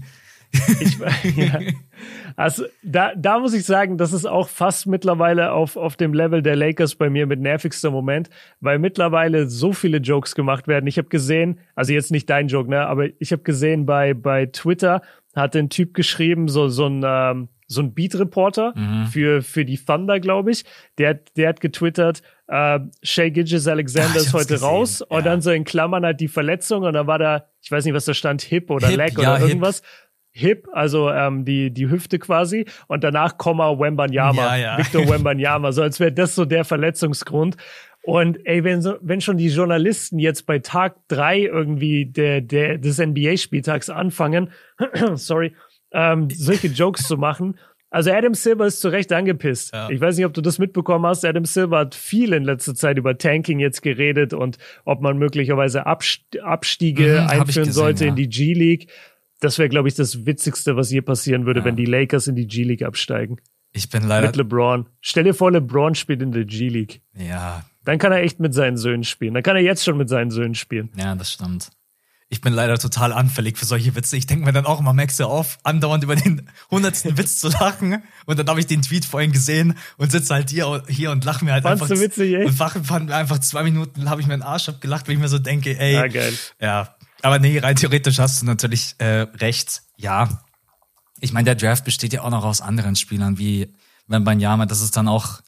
Also da muss ich sagen, das ist auch fast mittlerweile auf dem Level der Lakers bei mir mit nervigster Moment, weil mittlerweile so viele Jokes gemacht werden. Ich habe gesehen, also jetzt nicht dein Joke, ne, aber ich habe gesehen bei Twitter hat ein Typ geschrieben, so ein Beat-Reporter für die Thunder, glaube ich. Der hat getwittert, Shai Gilgeous-Alexander ist heute raus und dann so in Klammern halt die Verletzung und dann war da, ich weiß nicht, was da stand, Hip oder Leg oder irgendwas. Hip, also die Hüfte quasi und danach Wembanyama, Victor Wembanyama, so als wäre das so der Verletzungsgrund. Und ey, wenn schon die Journalisten jetzt bei Tag 3 irgendwie des NBA-Spieltags anfangen, sorry, solche Jokes zu machen. Also Adam Silver ist zu Recht angepisst. Ja. Ich weiß nicht, ob du das mitbekommen hast. Adam Silver hat viel in letzter Zeit über Tanking jetzt geredet und ob man möglicherweise Abstiege einführen sollte in die G-League. Das wäre, glaube ich, das Witzigste, was je passieren würde, wenn die Lakers in die G-League absteigen. Ich bin leider... Mit LeBron. Stell dir vor, LeBron spielt in der G-League. Ja. Dann kann er echt mit seinen Söhnen spielen. Dann kann er jetzt schon mit seinen Söhnen spielen. Ja, das stimmt. Ich bin leider total anfällig für solche Witze. Ich denke mir dann auch immer, Max, hör auf, andauernd über den 100. Witz zu lachen. Und dann habe ich den Tweet vorhin gesehen und sitze halt hier und lache mir halt Fandst einfach. Du witzig, ey? Und fand einfach 2 Minuten, habe ich mir den Arsch abgelacht, weil ich mir so denke, ey. Ja, geil. Ja, aber nee, rein theoretisch hast du natürlich recht. Ja, ich meine, der Draft besteht ja auch noch aus anderen Spielern, wie Wembanyama. Das ist dann auch,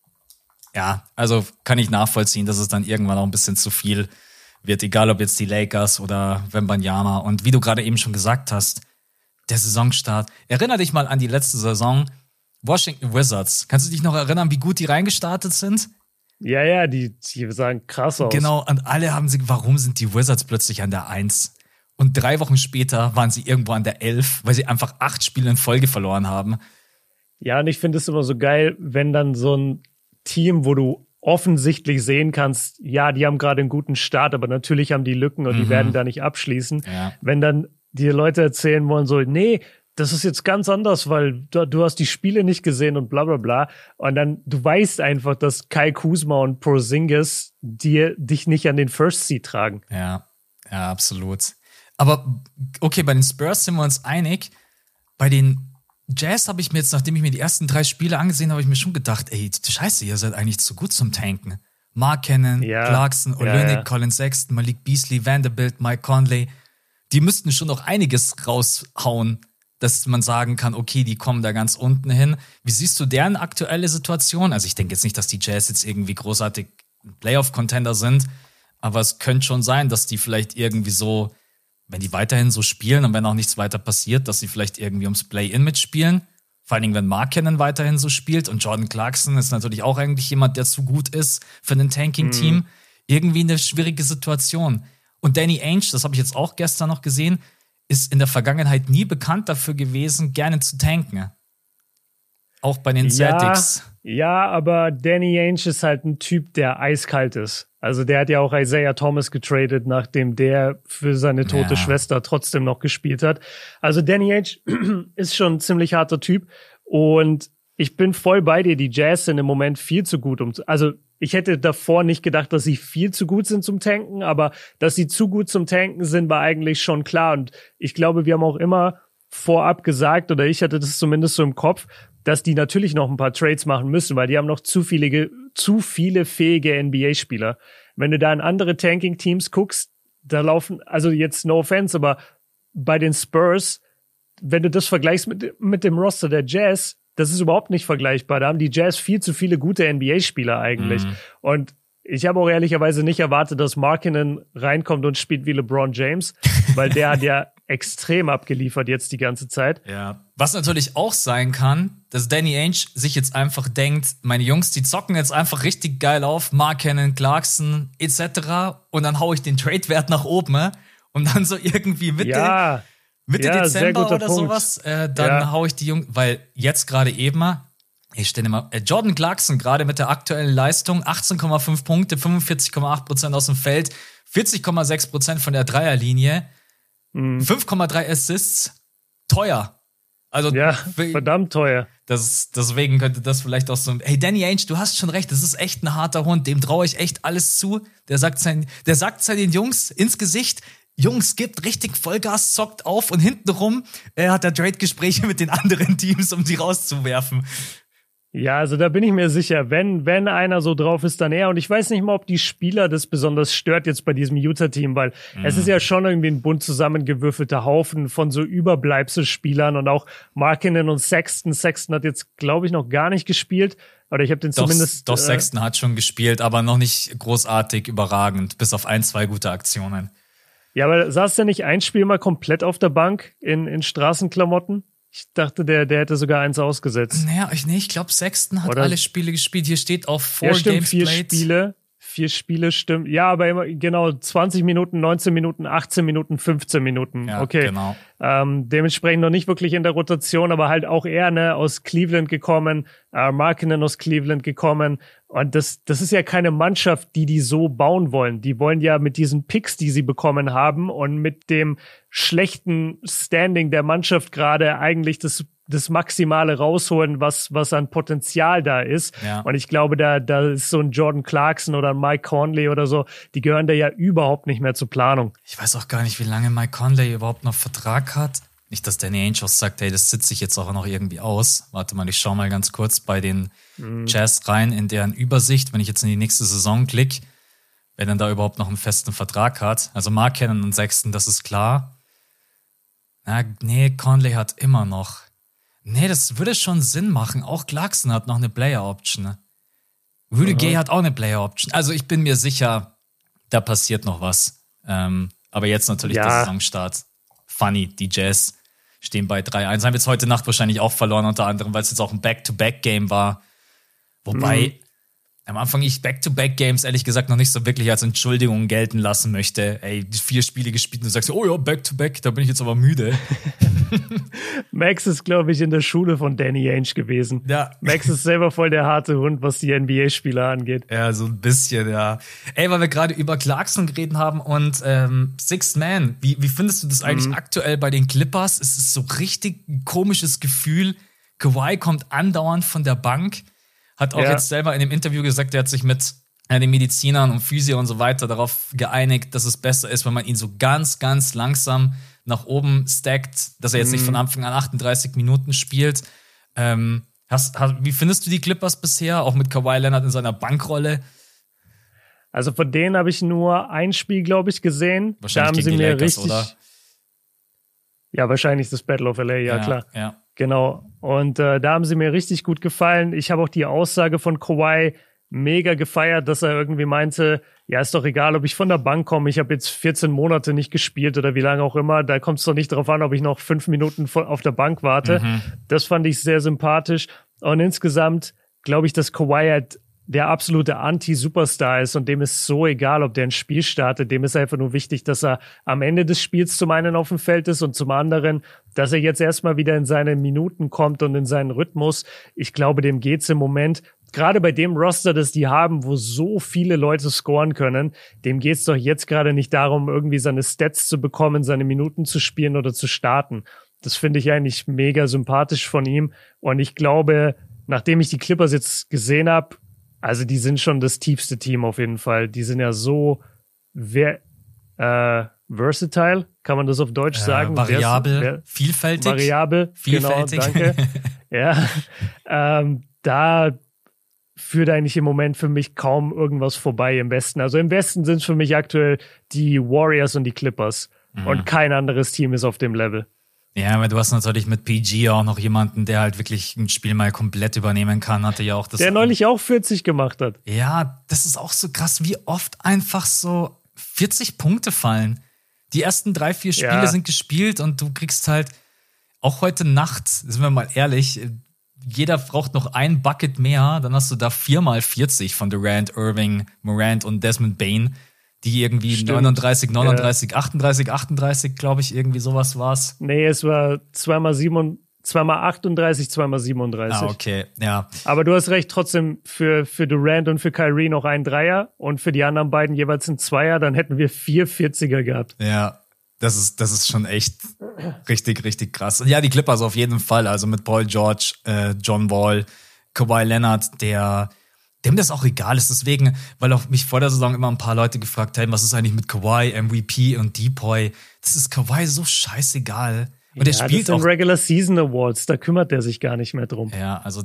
ja, also kann ich nachvollziehen, dass es dann irgendwann auch ein bisschen zu viel wird, egal ob jetzt die Lakers oder Wembanyama. Und wie du gerade eben schon gesagt hast, der Saisonstart. Erinner dich mal an die letzte Saison. Washington Wizards. Kannst du dich noch erinnern, wie gut die reingestartet sind? Ja, die sahen krass aus. Genau, und alle haben sich, warum sind die Wizards plötzlich an der 1? Und 3 Wochen später waren sie irgendwo an der 11, weil sie einfach 8 Spiele in Folge verloren haben. Ja, und ich finde es immer so geil, wenn dann so ein Team, wo du offensichtlich sehen kannst, ja, die haben gerade einen guten Start, aber natürlich haben die Lücken und die werden da nicht abschließen. Ja. Wenn dann die Leute erzählen wollen so, nee, das ist jetzt ganz anders, weil du hast die Spiele nicht gesehen und bla bla bla. Und dann, du weißt einfach, dass Kai Kuzma und Porzingis dich nicht an den First Seed tragen. Ja, absolut. Aber okay, bei den Spurs sind wir uns einig. Bei den Jazz habe ich mir jetzt, nachdem ich mir die ersten 3 Spiele angesehen habe, ich mir schon gedacht, ey, scheiße, ihr seid eigentlich zu gut zum Tanken. Markkanen, Clarkson, Olynyk, Colin Sexton, Malik Beasley, Vanderbilt, Mike Conley, die müssten schon noch einiges raushauen, dass man sagen kann, okay, die kommen da ganz unten hin. Wie siehst du deren aktuelle Situation? Also ich denke jetzt nicht, dass die Jazz jetzt irgendwie großartig Playoff-Contender sind, aber es könnte schon sein, dass die vielleicht irgendwie so, wenn die weiterhin so spielen und wenn auch nichts weiter passiert, dass sie vielleicht irgendwie ums Play-In mitspielen. Vor allen Dingen, wenn Markkanen weiterhin so spielt und Jordan Clarkson ist natürlich auch eigentlich jemand, der zu gut ist für ein Tanking-Team. Irgendwie eine schwierige Situation. Und Danny Ainge, das habe ich jetzt auch gestern noch gesehen, ist in der Vergangenheit nie bekannt dafür gewesen, gerne zu tanken. Auch bei den Celtics. Ja, aber Danny Ainge ist halt ein Typ, der eiskalt ist. Also der hat ja auch Isaiah Thomas getradet, nachdem der für seine tote Schwester trotzdem noch gespielt hat. Also Danny Ainge ist schon ein ziemlich harter Typ und ich bin voll bei dir. Die Jazz sind im Moment viel zu gut, also ich hätte davor nicht gedacht, dass sie viel zu gut sind zum Tanken, aber dass sie zu gut zum Tanken sind, war eigentlich schon klar. Und ich glaube, wir haben auch immer vorab gesagt, oder ich hatte das zumindest so im Kopf, dass die natürlich noch ein paar Trades machen müssen, weil die haben noch zu viele fähige NBA-Spieler. Wenn du da in andere Tanking-Teams guckst, da laufen, also jetzt no offense, aber bei den Spurs, wenn du das vergleichst mit dem Roster der Jazz, das ist überhaupt nicht vergleichbar. Da haben die Jazz viel zu viele gute NBA-Spieler eigentlich. Und ich habe auch ehrlicherweise nicht erwartet, dass Markkanen reinkommt und spielt wie LeBron James, weil der hat ja extrem abgeliefert jetzt die ganze Zeit. Ja. Was natürlich auch sein kann, dass Danny Ainge sich jetzt einfach denkt, meine Jungs, die zocken jetzt einfach richtig geil auf, Markkanen, Clarkson etc. Und dann hau ich den Trade-Wert nach oben und dann so irgendwie Mitte Dezember oder Punkt. Sowas, dann hau ich die Jungs, weil jetzt gerade eben, ich stelle mal, Jordan Clarkson gerade mit der aktuellen Leistung, 18,5 Punkte, 45,8% aus dem Feld, 40,6% von der Dreierlinie, 5,3 Assists, teuer. Also verdammt teuer. Deswegen könnte das vielleicht auch so, hey Danny Ainge, du hast schon recht, das ist echt ein harter Hund, dem traue ich echt alles zu. Der sagt seinen Jungs ins Gesicht, Jungs, gibt richtig Vollgas, zockt auf und hintenrum hat er Trade-Gespräche mit den anderen Teams, um die rauszuwerfen. Ja, also da bin ich mir sicher, wenn einer so drauf ist, dann er. Und ich weiß nicht mal, ob die Spieler das besonders stört jetzt bei diesem Utah-Team, weil es ist ja schon irgendwie ein bunt zusammengewürfelter Haufen von so Überbleibselspielern und auch Markkanen und Sexton. Sexton hat jetzt, glaube ich, noch gar nicht gespielt. Oder ich habe den zumindest... Doch, Sexton hat schon gespielt, aber noch nicht großartig überragend, bis auf 1, 2 gute Aktionen. Ja, aber saß der nicht ein Spiel mal komplett auf der Bank in Straßenklamotten? Ich dachte, der hätte sogar eins ausgesetzt. Naja, ich glaube, Sexton hat alle Spiele gespielt. Hier steht auf 4 Games played. 4 Spiele, stimmt. Ja, aber immer genau 20 Minuten, 19 Minuten, 18 Minuten, 15 Minuten. Ja, okay. Genau. Dementsprechend noch nicht wirklich in der Rotation, aber halt auch eher aus Cleveland gekommen, Markkanen aus Cleveland gekommen. Und das ist ja keine Mannschaft, die so bauen wollen. Die wollen ja mit diesen Picks, die sie bekommen haben und mit dem schlechten Standing der Mannschaft gerade eigentlich das Maximale rausholen, was an Potenzial da ist. Ja. Und ich glaube, da ist so ein Jordan Clarkson oder ein Mike Conley oder so, die gehören da ja überhaupt nicht mehr zur Planung. Ich weiß auch gar nicht, wie lange Mike Conley überhaupt noch Vertrag hat. Nicht, dass Danny Ainge sagt, hey, das sitze ich jetzt auch noch irgendwie aus. Warte mal, ich schau mal ganz kurz bei den Jazz rein in deren Übersicht, wenn ich jetzt in die nächste Saison klicke, wer dann da überhaupt noch einen festen Vertrag hat. Also Markkanen und Sexton, das ist klar. Nee, Conley hat immer noch. Nee, das würde schon Sinn machen. Auch Clarkson hat noch eine Player-Option. Rudy Gay hat auch eine Player-Option. Also ich bin mir sicher, da passiert noch was. Aber jetzt natürlich der Saisonstart. Funny, die Jazz stehen bei 3-1. Haben jetzt heute Nacht wahrscheinlich auch verloren, unter anderem, weil es jetzt auch ein Back-to-Back-Game war. Wobei am Anfang ich Back-to-Back-Games ehrlich gesagt noch nicht so wirklich als Entschuldigung gelten lassen möchte. Ey, 4 Spiele gespielt und du sagst, oh ja, Back-to-Back, da bin ich jetzt aber müde. Max ist, glaube ich, in der Schule von Danny Ainge gewesen. Ja. Max ist selber voll der harte Hund, was die NBA-Spieler angeht. Ja, so ein bisschen, ja. Ey, weil wir gerade über Clarkson geredet haben und Sixth Man, wie findest du das eigentlich aktuell bei den Clippers? Es ist so richtig ein komisches Gefühl. Kawhi kommt andauernd von der Bank, hat auch jetzt selber in dem Interview gesagt, er hat sich mit den Medizinern und Physio und so weiter darauf geeinigt, dass es besser ist, wenn man ihn so ganz, ganz langsam nach oben stackt, dass er jetzt nicht von Anfang an 38 Minuten spielt. Wie findest du die Clippers bisher, auch mit Kawhi Leonard in seiner Bankrolle? Also von denen habe ich nur ein Spiel, glaube ich, gesehen. Wahrscheinlich da haben gegen sie die mir Lakers, richtig. oder? Ja, wahrscheinlich das Battle of LA, ja klar. Ja. Genau. Und da haben sie mir richtig gut gefallen. Ich habe auch die Aussage von Kawhi mega gefeiert, dass er irgendwie meinte, ja, ist doch egal, ob ich von der Bank komme. Ich habe jetzt 14 Monate nicht gespielt oder wie lange auch immer. Da kommt es doch nicht drauf an, ob ich noch 5 Minuten auf der Bank warte. Das fand ich sehr sympathisch. Und insgesamt glaube ich, dass Kawhi halt der absolute Anti-Superstar ist und dem ist so egal, ob der ein Spiel startet. Dem ist einfach nur wichtig, dass er am Ende des Spiels zum einen auf dem Feld ist und zum anderen, dass er jetzt erstmal wieder in seine Minuten kommt und in seinen Rhythmus. Ich glaube, dem geht's im Moment, gerade bei dem Roster, das die haben, wo so viele Leute scoren können, dem geht's doch jetzt gerade nicht darum, irgendwie seine Stats zu bekommen, seine Minuten zu spielen oder zu starten. Das finde ich eigentlich mega sympathisch von ihm. Und ich glaube, nachdem ich die Clippers jetzt gesehen habe, also die sind schon das tiefste Team auf jeden Fall. Die sind ja so versatile, kann man das auf Deutsch sagen? Variabel, vielfältig. Variabel, vielfältig. Genau, danke. Ja, da führt eigentlich im Moment für mich kaum irgendwas vorbei im Westen. Also im Westen sind es für mich aktuell die Warriors und die Clippers. Und kein anderes Team ist auf dem Level. Ja, aber du hast natürlich mit PG auch noch jemanden, der halt wirklich ein Spiel mal komplett übernehmen kann. Hatte ja auch das. Der neulich auch 40 gemacht hat. Ja, das ist auch so krass, wie oft einfach so 40 Punkte fallen. Die ersten 3-4 Spiele sind gespielt und du kriegst halt auch heute Nacht, sind wir mal ehrlich, jeder braucht noch ein Bucket mehr, dann hast du da 4x40 von Durant, Irving, Morant und Desmond Bane, die irgendwie 39, 39, 38, 38, glaube ich, irgendwie sowas war's. Nee, es war 2x38, 2x37. Ah, okay, ja. Aber du hast recht, trotzdem für Durant und für Kyrie noch ein Dreier und für die anderen beiden jeweils ein Zweier, dann hätten wir 4 40er gehabt. Ja, das ist schon echt richtig, richtig krass. Ja, die Clippers auf jeden Fall, also mit Paul George, John Wall, Kawhi Leonard, dem das auch egal ist. Deswegen, weil auch mich vor der Saison immer ein paar Leute gefragt haben, was ist eigentlich mit Kawhi, MVP und Depoy? Das ist Kawhi so scheißegal. Und er spielt das auch sind Regular Season Awards, da kümmert er sich gar nicht mehr drum. Ja, also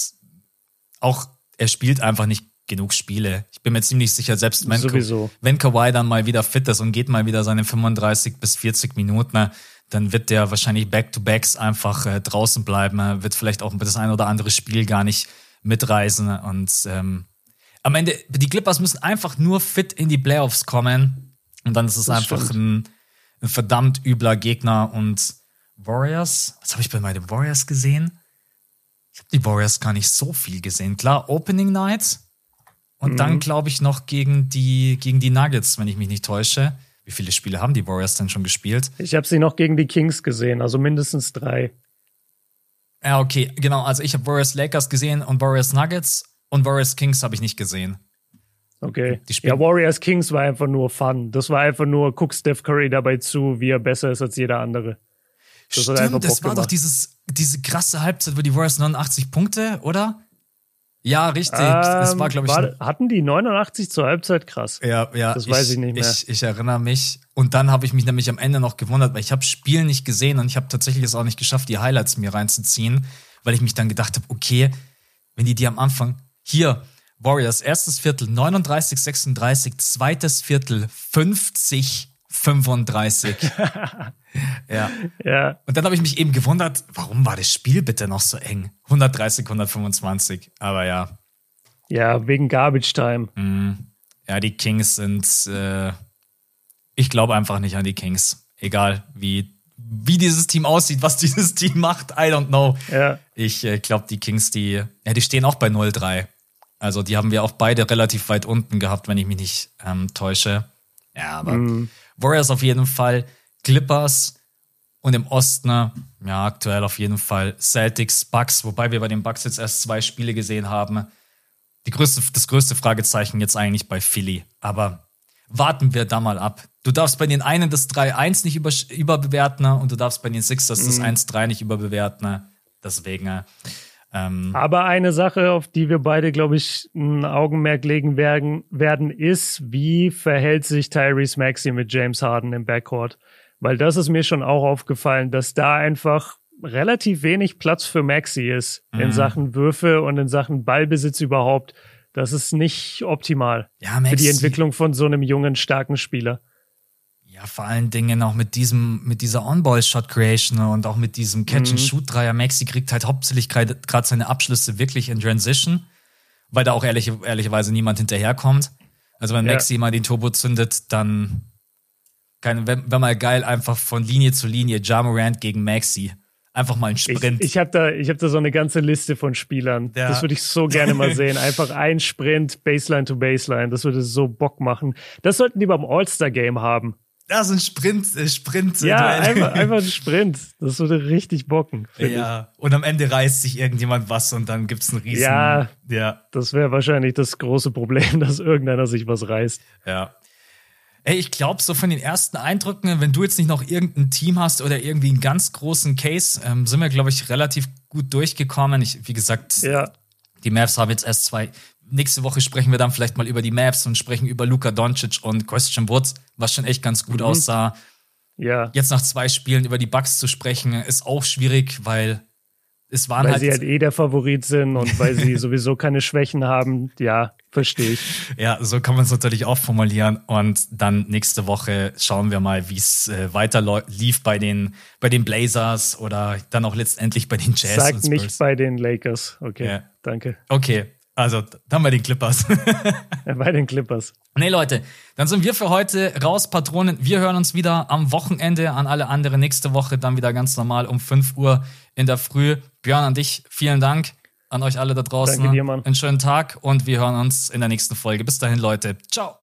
er spielt einfach nicht genug Spiele. Ich bin mir ziemlich sicher, selbst wenn Kawhi dann mal wieder fit ist und geht mal wieder seine 35 bis 40 Minuten, dann wird der wahrscheinlich Back-to-Backs einfach draußen bleiben, wird vielleicht auch das ein oder andere Spiel gar nicht mitreisen und am Ende, die Clippers müssen einfach nur fit in die Playoffs kommen und dann ist es einfach ein verdammt übler Gegner. Und Warriors, was habe ich bei den Warriors gesehen? Ich habe die Warriors gar nicht so viel gesehen. Klar, Opening Night, Und dann, glaube ich, noch gegen die Nuggets, wenn ich mich nicht täusche. Wie viele Spiele haben die Warriors denn schon gespielt? Ich habe sie noch gegen die Kings gesehen, also mindestens 3. Ja, okay, genau. Also ich habe Warriors Lakers gesehen und Warriors Nuggets und Warriors Kings habe ich nicht gesehen. Okay. Ja, Warriors Kings war einfach nur Fun. Das war einfach nur, guck Steph Curry dabei zu, wie er besser ist als jeder andere. Das stimmt, das war doch diese krasse Halbzeit, wo die Warriors 89 Punkte, oder? Ja, richtig. Das war, glaube ich. Hatten die 89 zur Halbzeit? Krass. Ja. Das weiß ich nicht mehr. Ich erinnere mich. Und dann habe ich mich nämlich am Ende noch gewundert, weil ich habe Spiel nicht gesehen und ich habe tatsächlich es auch nicht geschafft, die Highlights mir reinzuziehen, weil ich mich dann gedacht habe, okay, wenn die am Anfang hier Warriors erstes Viertel 39-36, zweites Viertel 50-35. Ja. Und dann habe ich mich eben gewundert, warum war das Spiel bitte noch so eng? 130-125, aber ja. Ja, wegen Garbage Time. Ja, die Kings sind, ich glaube einfach nicht an die Kings. Egal, wie dieses Team aussieht, was dieses Team macht, I don't know. Ja. Ich glaube, die Kings, die stehen auch bei 0-3. Also die haben wir auch beide relativ weit unten gehabt, wenn ich mich nicht täusche. Ja, aber Warriors auf jeden Fall, Clippers und im Osten, ja, aktuell auf jeden Fall Celtics, Bucks, wobei wir bei den Bucks jetzt erst 2 Spiele gesehen haben. Das größte Fragezeichen jetzt eigentlich bei Philly. Aber warten wir da mal ab. Du darfst bei den einen das 3-1 nicht überbewerten und du darfst bei den Sixers das 1-3 nicht überbewerten. Deswegen. Aber eine Sache, auf die wir beide, glaube ich, ein Augenmerk legen werden, ist, wie verhält sich Tyrese Maxey mit James Harden im Backcourt? Weil das ist mir schon auch aufgefallen, dass da einfach relativ wenig Platz für Maxey ist in Sachen Würfe und in Sachen Ballbesitz überhaupt. Das ist nicht optimal für die Entwicklung von so einem jungen, starken Spieler. Ja, vor allen Dingen auch mit dieser On-Ball-Shot-Creation und auch mit diesem Catch-and-Shoot-Dreier. Maxey kriegt halt hauptsächlich gerade seine Abschlüsse wirklich in Transition, weil da auch ehrlicherweise niemand hinterherkommt. Also wenn Maxey mal den Turbo zündet, dann wäre mal geil, einfach von Linie zu Linie Ja Morant gegen Maxey. Einfach mal ein Sprint. Ich hab da so eine ganze Liste von Spielern. Ja. Das würde ich so gerne mal sehen. Einfach ein Sprint, Baseline to Baseline. Das würde so Bock machen. Das sollten die beim All-Star-Game haben. Ja, so ein Sprint. Ja, einfach ein Sprint. Das würde richtig bocken. Ja, und am Ende reißt sich irgendjemand was und dann gibt's einen riesen... Ja. Das wäre wahrscheinlich das große Problem, dass irgendeiner sich was reißt. Ja. Ey, ich glaube, so von den ersten Eindrücken, wenn du jetzt nicht noch irgendein Team hast oder irgendwie einen ganz großen Case, sind wir, glaube ich, relativ gut durchgekommen. Wie gesagt, die Mavs haben jetzt erst 2... Nächste Woche sprechen wir dann vielleicht mal über die Mavs und sprechen über Luka Doncic und Christian Wood, was schon echt ganz gut aussah. Ja. Jetzt nach 2 Spielen über die Bucks zu sprechen, ist auch schwierig, weil es waren weil sie halt der Favorit sind und weil sie sowieso keine Schwächen haben. Ja, verstehe ich. Ja, so kann man es natürlich auch formulieren. Und dann nächste Woche schauen wir mal, wie es weiter lief bei den Blazers oder dann auch letztendlich bei den Jazz. Sag nicht bei den Lakers. Okay, danke. Okay. Also, dann bei den Clippers. Bei den Clippers. Nee, Leute, dann sind wir für heute raus, Patronen. Wir hören uns wieder am Wochenende, an alle anderen nächste Woche, dann wieder ganz normal um 5 Uhr in der Früh. Björn, an dich vielen Dank, an euch alle da draußen. Danke dir, Mann. Einen schönen Tag und wir hören uns in der nächsten Folge. Bis dahin, Leute. Ciao.